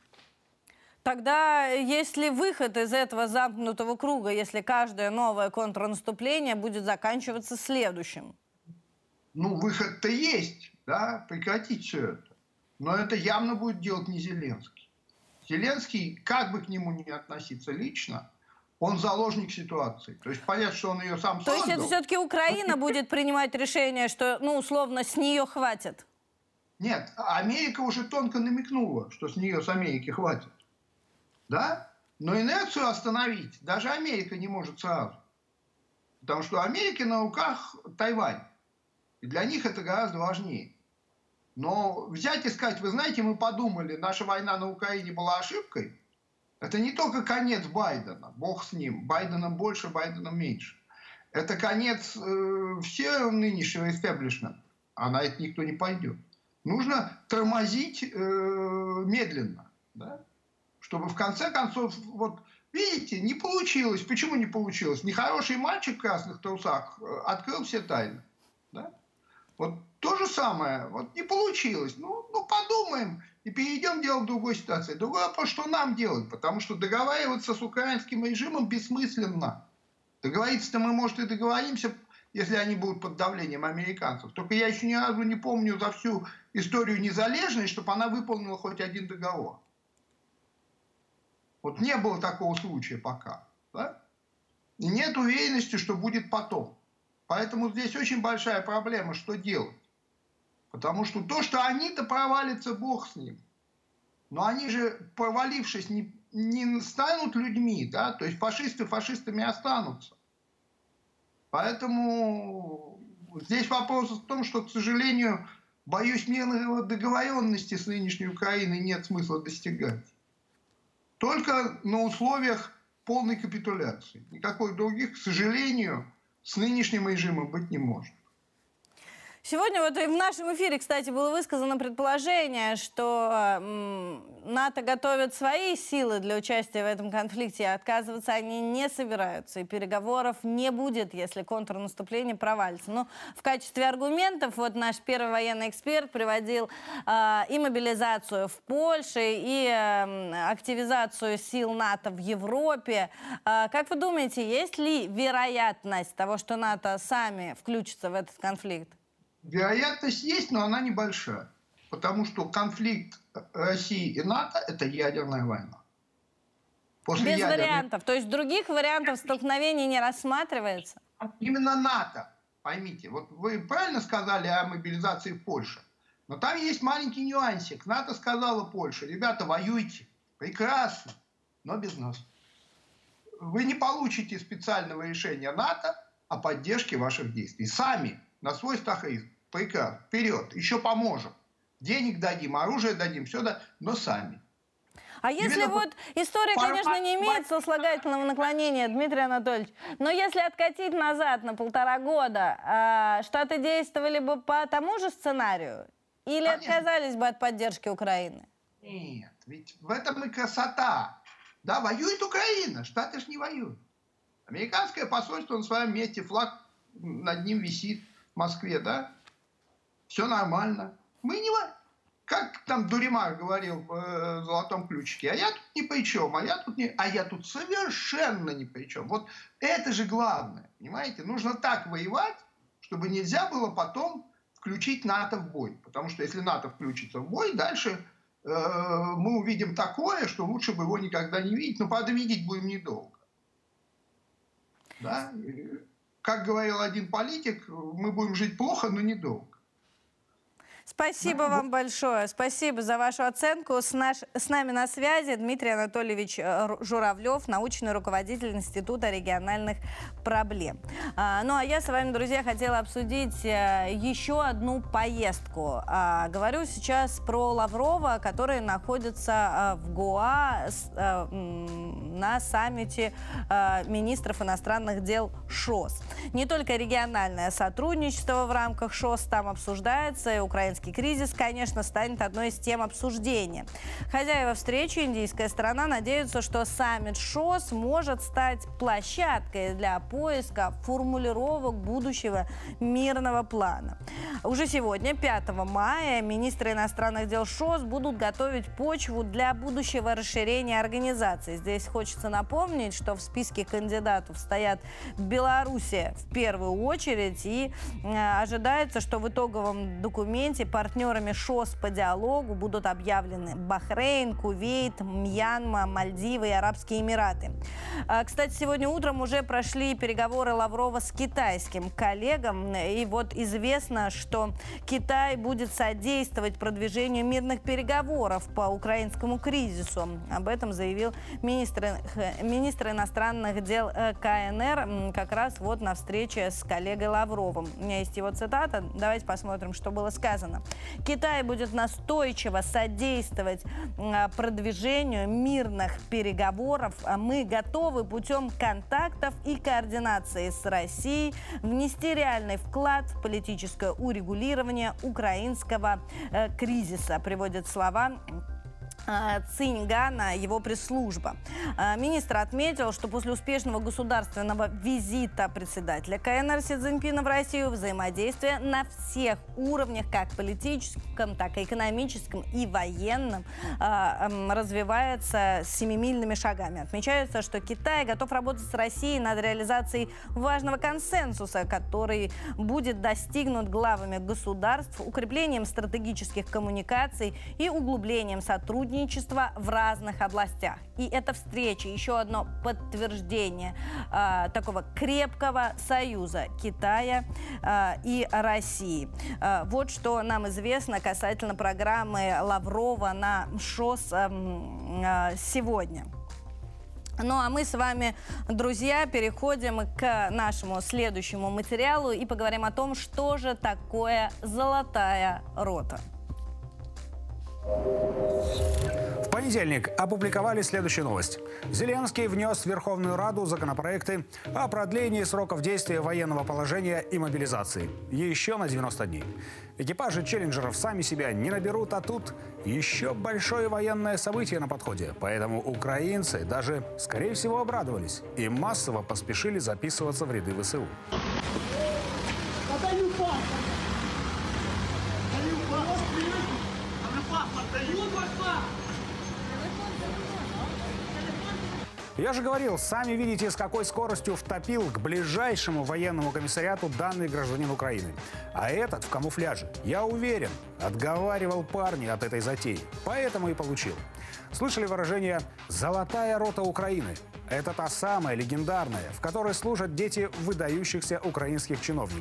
Тогда есть ли выход из этого замкнутого круга, если каждое новое контрнаступление будет заканчиваться следующим? Ну, выход-то есть, да, прекратить все это. Но это явно будет делать не Зеленский. Зеленский, как бы к нему ни относиться лично, он заложник ситуации. То есть понятно, что он ее сам создал. То есть это все-таки Украина будет принимать решение, что, ну, условно, с нее хватит? Нет, Америка уже тонко намекнула, что с нее, с Америки хватит. Да? Но инерцию остановить даже Америка не может сразу. Потому что у Америки на руках Тайвань. И для них это гораздо важнее. Но взять и сказать, вы знаете, мы подумали, наша война на Украине была ошибкой, это не только конец Байдена, бог с ним, Байденом больше, Байденом меньше. Это конец э, всего нынешнего истеблишмента, а на это никто не пойдет. Нужно тормозить э, медленно, да? Чтобы в конце концов, вот видите, не получилось. Почему не получилось? Нехороший мальчик в красных трусах открыл все тайны. Да? Вот то же самое. Вот не получилось. Ну, ну подумаем и перейдем дело к другой ситуации. Другой вопрос, что нам делать? Потому что договариваться с украинским режимом бессмысленно. Договориться-то мы, может, и договоримся, если они будут под давлением американцев. Только я еще ни разу не помню за всю историю незалежности, чтобы она выполнила хоть один договор. Вот не было такого случая пока. Да? И нет уверенности, что будет потом. Поэтому здесь очень большая проблема, что делать. Потому что то, что они-то провалятся, бог с ним. Но они же, провалившись, не, не станут людьми. Да? То есть фашисты фашистами останутся. Поэтому здесь вопрос в том, что, к сожалению, боюсь, мирной договоренности с нынешней Украиной нет смысла достигать. Только на условиях полной капитуляции. Никакой других, к сожалению, с нынешним режимом быть не может. Сегодня вот и в нашем эфире, кстати, было высказано предположение, что м, НАТО готовит свои силы для участия в этом конфликте, а отказываться они не собираются, и переговоров не будет, если контрнаступление провалится. Но в качестве аргументов вот наш первый военный эксперт приводил э, и мобилизацию в Польше, и э, активизацию сил НАТО в Европе. Э, как вы думаете, есть ли вероятность того, что НАТО сами включатся в этот конфликт? Вероятность есть, но она небольшая. Потому что конфликт России и НАТО – это ядерная война. После Без ядерной... вариантов. То есть других вариантов столкновений не рассматривается? Именно НАТО Поймите, вот вы правильно сказали о мобилизации в Польше, но там есть маленький нюансик. НАТО сказала Польше: ребята, воюйте, прекрасно, но без нас. Вы не получите специального решения НАТО о поддержке ваших действий. Сами, на свой страх и риск. Прекрасно, вперед, еще поможем. Денег дадим, оружие дадим, все да, но сами. А если Именно вот история, пар... конечно, не имеет сослагательного наклонения, Дмитрий Анатольевич, но если откатить назад на полтора года, э, Штаты действовали бы по тому же сценарию? Или Конечно. Отказались бы от поддержки Украины? Нет, ведь в этом и красота. Да, воюет Украина, Штаты же не воюют. Американское посольство на своем месте, флаг над ним висит в Москве, да? Все нормально. Мы не воюем. Как там Дуримар говорил в э, «Золотом ключике», а я тут ни при чем, а я тут, не, а я тут совершенно ни при чем. Вот это же главное, понимаете? Нужно так воевать, чтобы нельзя было потом включить НАТО в бой. Потому что если НАТО включится в бой, дальше э, мы увидим такое, что лучше бы его никогда не видеть. Но, правда, видеть будем недолго. Да? Как говорил один политик, мы будем жить плохо, но недолго. Спасибо вам большое. Спасибо за вашу оценку. С, наш, с нами на связи Дмитрий Анатольевич Журавлев, научный руководитель Института региональных проблем. А, ну а я с вами, друзья, хотела обсудить еще одну поездку. А, говорю сейчас про Лаврова, который находится в Гоа с, а, на саммите а, министров иностранных дел ШОС. Не только региональное сотрудничество в рамках ШОС там обсуждается, и украинский кризис, конечно, станет одной из тем обсуждения. Хозяева встречи, индийская сторона, надеются, что саммит ШОС может стать площадкой для поиска формулировок будущего мирного плана. Уже сегодня, пятого мая, министры иностранных дел ШОС будут готовить почву для будущего расширения организации. Здесь хочется напомнить, что в списке кандидатов стоят Белоруссия в первую очередь, и э, ожидается, что в итоговом документе партнерами ШОС по диалогу будут объявлены Бахрейн, Кувейт, Мьянма, Мальдивы и Арабские Эмираты. Кстати, сегодня утром уже прошли переговоры Лаврова с китайским коллегом. И вот известно, что Китай будет содействовать продвижению мирных переговоров по украинскому кризису. Об этом заявил министр, министр иностранных дел КНР как раз вот на встрече с коллегой Лавровым. У меня есть его цитата. Давайте посмотрим, что было сказано. Китай будет настойчиво содействовать продвижению мирных переговоров. Мы готовы путем контактов и координации с Россией внести реальный вклад в политическое урегулирование украинского э, кризиса, приводит слова Циньгана, его пресс-служба. Министр отметил, что после успешного государственного визита председателя КНР Си Цзиньпина в Россию взаимодействие на всех уровнях, как политическом, так и экономическом и военном, развивается семимильными шагами. Отмечается, что Китай готов работать с Россией над реализацией важного консенсуса, который будет достигнут главами государств, укреплением стратегических коммуникаций и углублением сотрудничества в разных областях. И эта встреча еще одно подтверждение э, такого крепкого союза Китая э, и России. Э, вот что нам известно касательно программы Лаврова на ШОС э, э, сегодня. Ну а мы с вами, друзья, переходим к нашему следующему материалу и поговорим о том, что же такое «Золотая рота». В понедельник опубликовали следующую новость. Зеленский внес в Верховную Раду законопроекты о продлении сроков действия военного положения и мобилизации. Еще на девяносто дней. Экипажи челленджеров сами себя не наберут, а тут еще большое военное событие на подходе. Поэтому украинцы даже, скорее всего, обрадовались и массово поспешили записываться в ряды ВСУ. Я же говорил, сами видите, с какой скоростью втопил к ближайшему военному комиссариату данный гражданин Украины. А этот в камуфляже, я уверен, отговаривал парня от этой затеи. Поэтому и получил. Слышали выражение «золотая рота Украины»? Это та самая легендарная, в которой служат дети выдающихся украинских чиновников.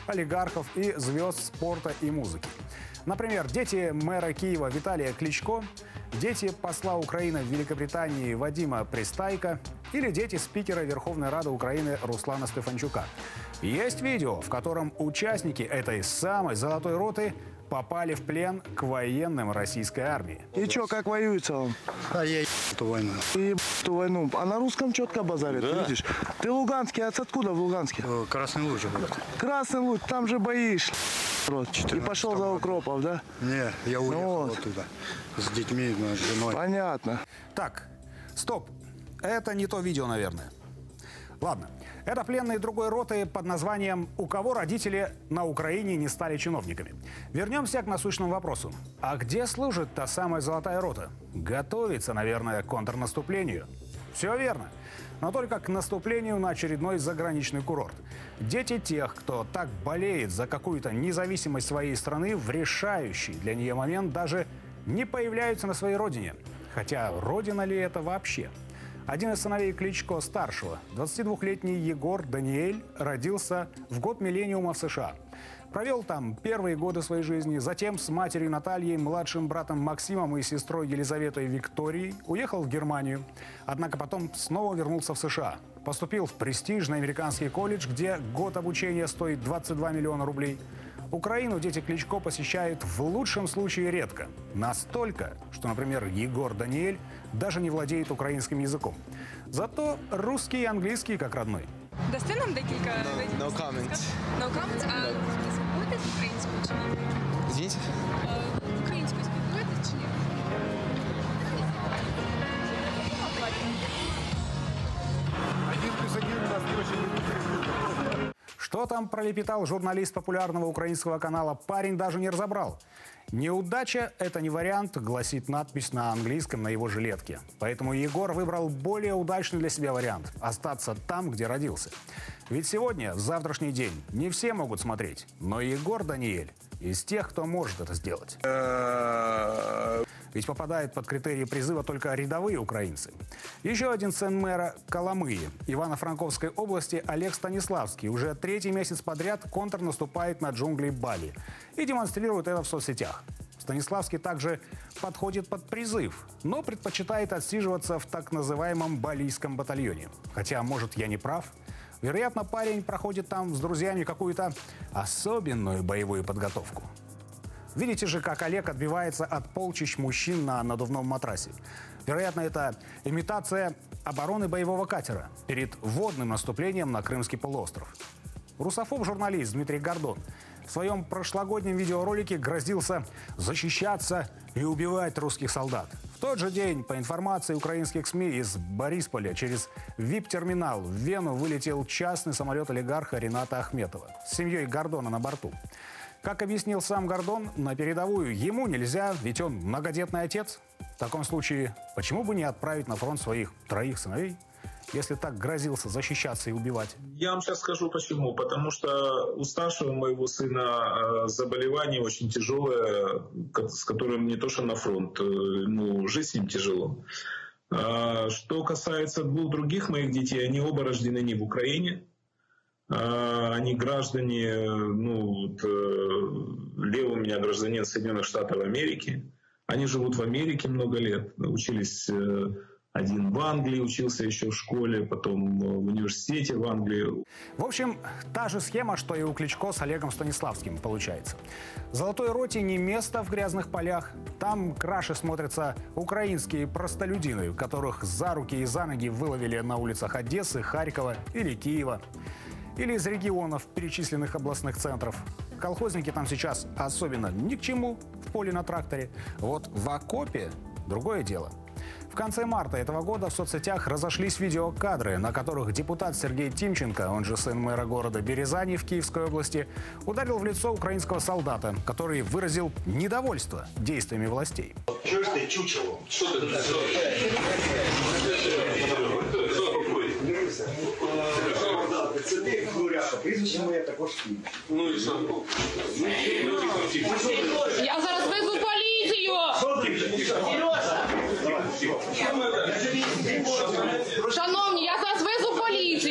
олигархов и звезд спорта и музыки. Например, дети мэра Киева Виталия Кличко, дети посла Украины в Великобритании Вадима Пристайка или дети спикера Верховной Рады Украины Руслана Стефанчука. Есть видео, в котором участники этой самой «Золотой роты» попали в плен к военным российской армии. И чё, как воюется он? А я эту войну. И эту войну. А на русском четко базарит, да. Видишь? Ты луганский, а откуда в Луганске? Красный Луч. Красный Луч, там же боишь. И пошел за укропов, да? Не, я уехал ну вот. оттуда с детьми, с женой. Понятно. Так, стоп. Это не то видео, наверное. Ладно. Это пленные другой роты под названием «У кого родители на Украине не стали чиновниками». Вернемся к насущному вопросу. А где служит та самая «Золотая рота»? Готовится, наверное, к контрнаступлению. Все верно. Но только к наступлению на очередной заграничный курорт. Дети тех, кто так болеет за какую-то независимость своей страны, в решающий для нее момент даже не появляются на своей родине. Хотя родина ли это вообще? Один из сыновей Кличко-старшего, двадцатидвухлетний Егор Даниэль, родился в год миллениума в США. Провел там первые годы своей жизни, затем с матерью Натальей, младшим братом Максимом и сестрой Елизаветой Викторией уехал в Германию. Однако потом снова вернулся в США. Поступил в престижный американский колледж, где год обучения стоит двадцать два миллиона рублей. Украину дети Кличко посещают в лучшем случае редко. Настолько, что, например, Егор Даниэль даже не владеет украинским языком. Зато русский и английский как родной. Дасте нам декілька... No, no comment. No comment? А ви спілкуєтесь українською чи ні? Извините? Українською спілкуєтесь чи ні? Один плюс один у нас очень... Что там пролепетал журналист популярного украинского канала, парень даже не разобрал. «Неудача – это не вариант», гласит надпись на английском на его жилетке. Поэтому Егор выбрал более удачный для себя вариант – остаться там, где родился. Ведь сегодня, в завтрашний день, не все могут смотреть. Но Егор Даниэль из тех, кто может это сделать. Ведь попадают под критерии призыва только рядовые украинцы. Еще один сын мэра Коломыи, Ивано-Франковской области, Олег Станиславский, уже третий месяц подряд контрнаступает на джунгли Бали и демонстрирует это в соцсетях. Станиславский также подходит под призыв, но предпочитает отсиживаться в так называемом балийском батальоне. Хотя, может, я не прав? Вероятно, парень проходит там с друзьями какую-то особенную боевую подготовку. Видите же, как Олег отбивается от полчищ мужчин на надувном матрасе. Вероятно, это имитация обороны боевого катера перед водным наступлением на Крымский полуостров. Русофоб-журналист Дмитрий Гордон в своем прошлогоднем видеоролике грозился защищаться и убивать русских солдат. В тот же день, по информации украинских СМИ, из Борисполя через ви ай пи-терминал в Вену вылетел частный самолет олигарха Рената Ахметова с семьей Гордона на борту. Как объяснил сам Гордон, на передовую ему нельзя, ведь он многодетный отец. В таком случае, почему бы не отправить на фронт своих троих сыновей, если так грозился защищаться и убивать? Я вам сейчас скажу почему. Потому что у старшего моего сына заболевание очень тяжелое, с которым не то что на фронт, ну, жить с ним тяжело. Что касается двух других моих детей, они оба рождены не в Украине. Они граждане, ну, вот, Лео у меня гражданин Соединенных Штатов Америки. Они живут в Америке много лет. Учились, один в Англии, учился еще в школе, потом в университете в Англии. В общем, та же схема, что и у Кличко с Олегом Станиславским получается. Золотой роте не место в грязных полях. Там краше смотрятся украинские простолюдины, которых за руки и за ноги выловили на улицах Одессы, Харькова или Киева. Или из регионов перечисленных областных центров. Колхозники там сейчас особенно ни к чему в поле на тракторе. Вот в окопе другое дело. В конце марта этого года в соцсетях разошлись видеокадры, на которых депутат Сергей Тимченко, он же сын мэра города Березани в Киевской области, ударил в лицо украинского солдата, который выразил недовольство действиями властей. Чего ты чучело? Что ты Це Гуряка, прізвище моє також Київ. Ну і що? Я зараз визву поліцію! Сережа! Шановні, я зараз визву поліцію!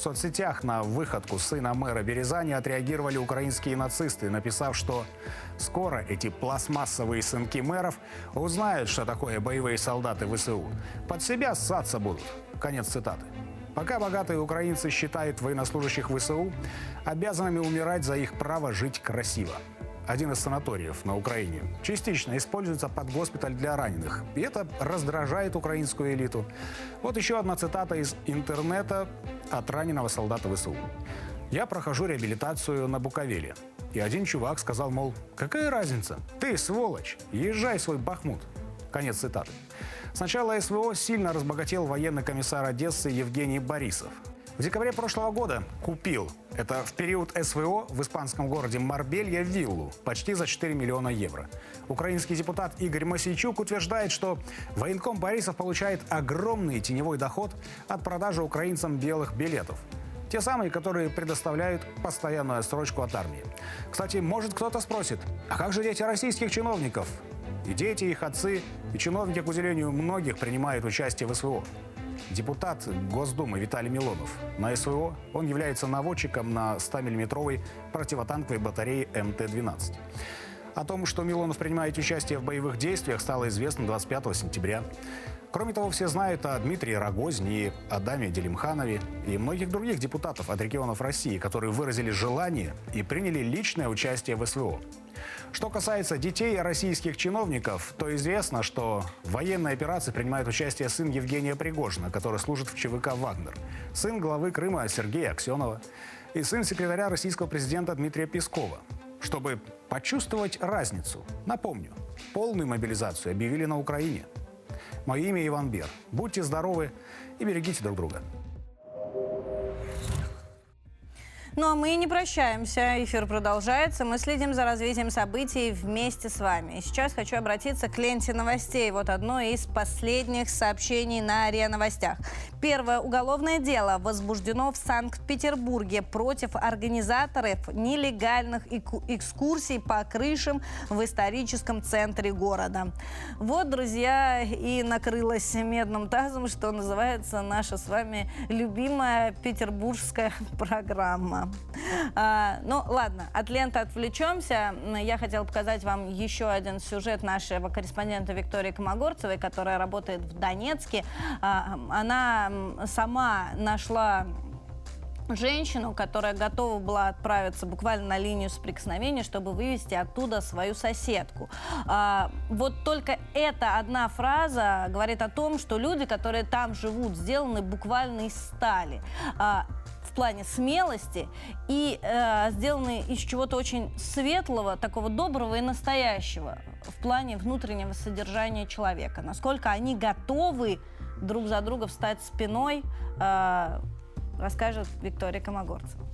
соцсетях на выходку сына мэра Березани отреагировали украинские нацисты, написав, что скоро эти пластмассовые сынки мэров узнают, что такое боевые солдаты ВСУ. Под себя ссаться будут. Конец цитаты. Пока богатые украинцы считают военнослужащих ВСУ обязанными умирать за их право жить красиво. Один из санаториев на Украине частично используется под госпиталь для раненых. И это раздражает украинскую элиту. Вот еще одна цитата из интернета от раненого солдата ВСУ. «Я прохожу реабилитацию на Буковеле. И один чувак сказал, мол, какая разница? Ты, сволочь, езжай в свой Бахмут». Конец цитаты. Сначала СВО сильно разбогател военный комиссар Одессы Евгений Борисов. В декабре прошлого года купил, это в период СВО, в испанском городе Марбелья виллу почти за четыре миллиона евро. Украинский депутат Игорь Мосейчук утверждает, что военком Борисов получает огромный теневой доход от продажи украинцам белых билетов. Те самые, которые предоставляют постоянную отсрочку от армии. Кстати, может кто-то спросит, а как же дети российских чиновников? И дети, их отцы, и чиновники, к удивлению многих, принимают участие в СВО. Депутат Госдумы Виталий Милонов. На СВО он является наводчиком на стомиллиметровой противотанковой батарее эм тэ двенадцать. О том, что Милонов принимает участие в боевых действиях, стало известно двадцать пятого сентября. Кроме того, все знают о Дмитрии Рогозине, о Адаме Делимханове и многих других депутатов от регионов России, которые выразили желание и приняли личное участие в СВО. Что касается детей российских чиновников, то известно, что в военной операции принимает участие сын Евгения Пригожина, который служит в ЧВК «Вагнер», сын главы Крыма Сергея Аксенова и сын секретаря российского президента Дмитрия Пескова. Чтобы почувствовать разницу, напомню, полную мобилизацию объявили на Украине. Мое имя Иван Бер. Будьте здоровы и берегите друг друга. Ну а мы не прощаемся. Эфир продолжается. Мы следим за развитием событий вместе с вами. И сейчас хочу обратиться к ленте новостей. Вот одно из последних сообщений на РИА Новостях. Первое уголовное дело возбуждено в Санкт-Петербурге против организаторов нелегальных экскурсий по крышам в историческом центре города. Вот, друзья, и накрылась медным тазом, что называется, наша с вами любимая петербургская программа. А, ну, ладно, от ленты отвлечемся. Я хотела показать вам еще один сюжет нашего корреспондента Виктории Комогорцевой, которая работает в Донецке. А, она сама нашла женщину, которая готова была отправиться буквально на линию соприкосновения, чтобы вывести оттуда свою соседку. А, вот только эта одна фраза говорит о том, что люди, которые там живут, сделаны буквально из стали. А, в плане смелости и э, сделаны из чего-то очень светлого, такого доброго и настоящего в плане внутреннего содержания человека. Насколько они готовы друг за друга встать спиной, э, расскажет Виктория Комогорцева.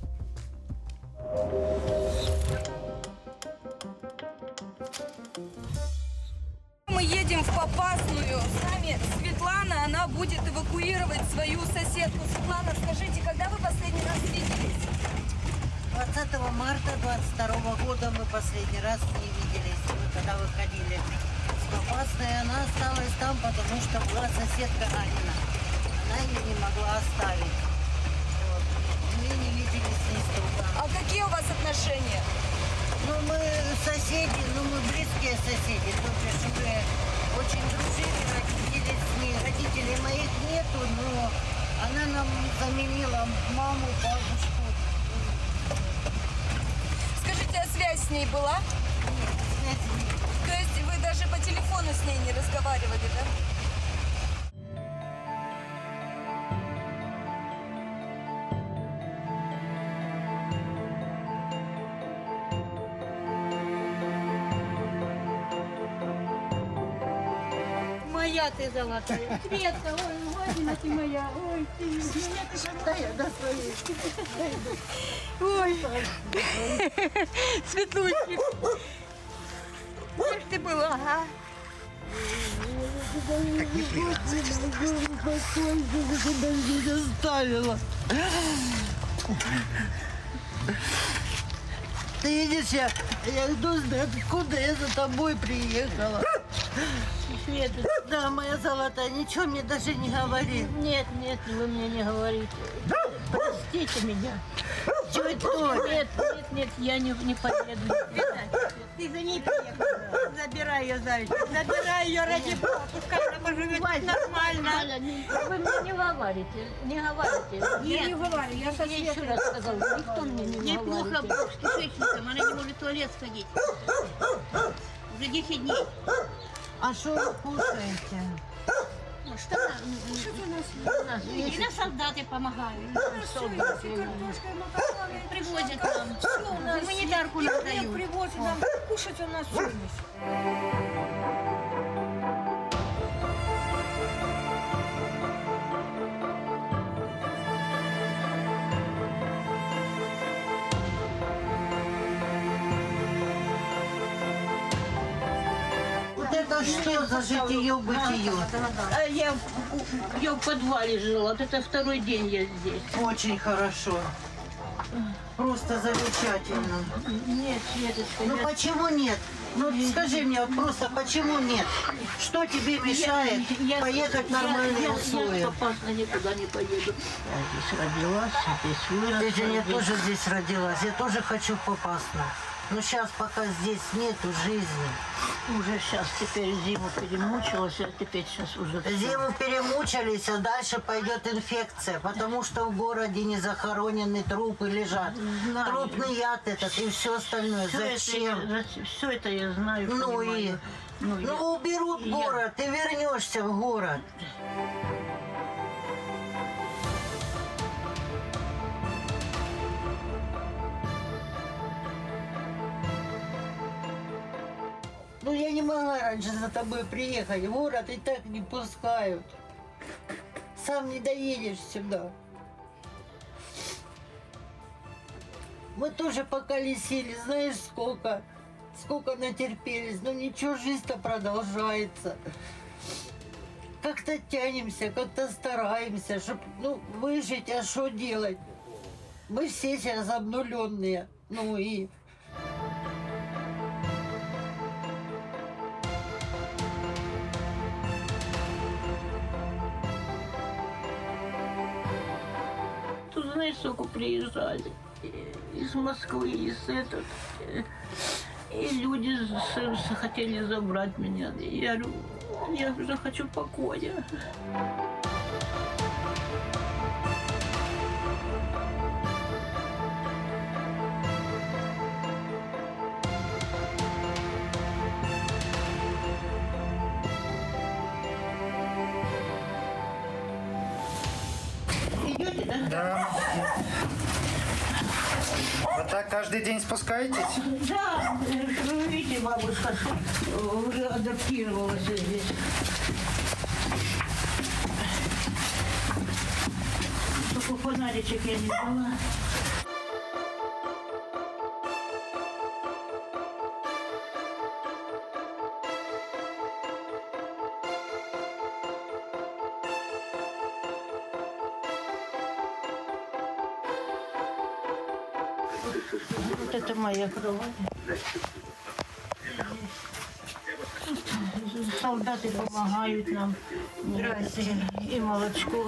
Мы едем в Попасную. С нами Светлана, она будет эвакуировать свою соседку. Светлана, скажите, когда вы последний раз виделись? двадцатого марта двадцать второго года мы последний раз не виделись. Мы когда выходили с Попасной, она осталась там, потому что была соседка ранена. Она ее не могла оставить. Вот. Мы не виделись с ней столько. А какие у вас отношения? Ну, мы соседи, ну, мы близкие соседи. То есть мы очень дружили, родители с ней. Родителей моих нету, но она нам заменила маму, бабушку. Скажите, а связь с ней была? Нет, связи нет. То есть вы даже по телефону с ней не разговаривали, да? Моя ты золотая. Светка, ой, Вадина ты моя. Ой, ты меня ты золотая, да, своей. Ой, Светлучки. Где ж ты была, а? Так неприятно. Куда меня оставила? Ты видишь, я, я иду, откуда я за тобой приехала. Света. Да, моя золотая, ничего мне даже не говори. Нет, нет, вы мне не говорите. Простите меня. Чуть что? Нет, нет, нет, я не, не поеду. Ты за ней приехала. Забирай ее, зайчик. Забирай ее, ради бога. Пускай она поживет нормально. Вы мне не говорите, не говорите. Я не говорю, я со Я еще раз сказала, никто мне не Ей плохо говорите. с кишечником, она не может в туалет сходить. Уже десять дней. А что вы кушаете? Что кушать у нас? И на солдаты помогают. Солдаты. Привозят нам. Гуманитарку нам дают. Привозят нам. Кушать у нас все есть. Это что за житие-бытие? А я, я в подвале жила, вот это второй день я здесь. Очень хорошо. Просто замечательно. Нет, Светочка, Ну нет. почему нет? Ну скажи мне вот просто, почему нет? Что тебе мешает Я- я- поехать в я- нормальные я- условия? Я опасно никуда не поеду. Я здесь родилась, здесь выросла. Ты же я здесь- тоже здесь родилась, я тоже хочу в Попасную. Но сейчас пока здесь нету жизни. Уже сейчас теперь зиму перемучилась, а теперь сейчас уже... Зиму перемучились, а дальше пойдет инфекция, потому что в городе не захоронены трупы лежат. Знаю. Трупный яд этот и все остальное. Всё Зачем? Это, я- все это я знаю, Ну и, понимаю. Ну, ну я- уберут я- город, ты вернешься в город. Ну я не могла раньше за тобой приехать, в город и так не пускают. Сам не доедешь сюда. Мы тоже поколесили, знаешь сколько, сколько натерпелись, но ничего, жизнь-то продолжается. Как-то тянемся, как-то стараемся, чтобы ну, выжить, а что делать? Мы все сейчас обнуленные, ну и... Тут, знаешь, сколько приезжали. И- Из Москвы, из этот. э, И люди с- с- хотели забрать меня. И я говорю, я уже хочу покоя. Идете, да? Да. Вы так каждый день спускаетесь? Да, вы видите, бабушка уже адаптировалась здесь. Только фонаричек я не взяла. Вот это моя кровать. Солдаты помогают нам. Здрасте. И молочко.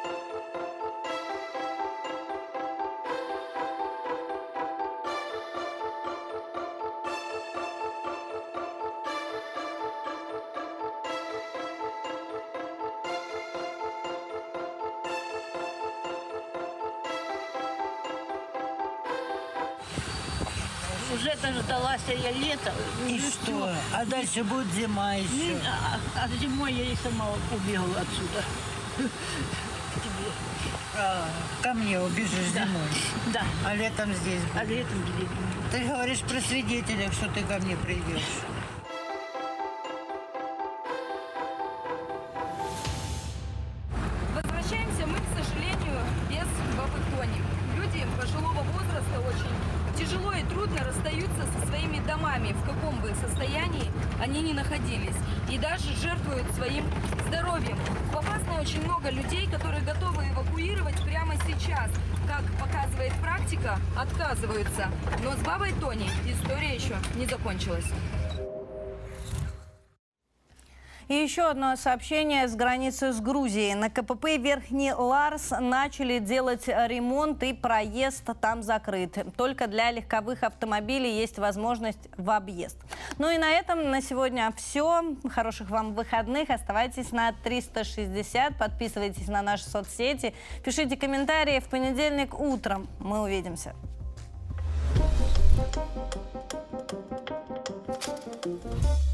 Уже дождалась я лета. И уже что? всё. А дальше будет зима еще. Не, А, а зимой я и сама убегала отсюда. А, ко мне убежишь Да. зимой. Да. А летом здесь А будешь. летом здесь. Ты говоришь при свидетелях, что ты ко мне придешь. Возвращаемся мы, к сожалению, без бабы Тони. Люди пожилого возраста очень тяжело и трудно расстаются со своими домами, в каком бы состоянии они ни находились, и даже жертвуют своим здоровьем. В Попасной очень много людей, которые готовы эвакуировать прямо сейчас. Как показывает практика, отказываются. Но с бабой Тони история еще не закончилась. И еще одно сообщение с границы с Грузией. На КПП Верхний Ларс начали делать ремонт, и проезд там закрыт. Только для легковых автомобилей есть возможность в объезд. Ну и на этом на сегодня все. Хороших вам выходных. Оставайтесь на триста шестьдесят. Подписывайтесь на наши соцсети. Пишите комментарии. В понедельник утром мы увидимся. Thank you.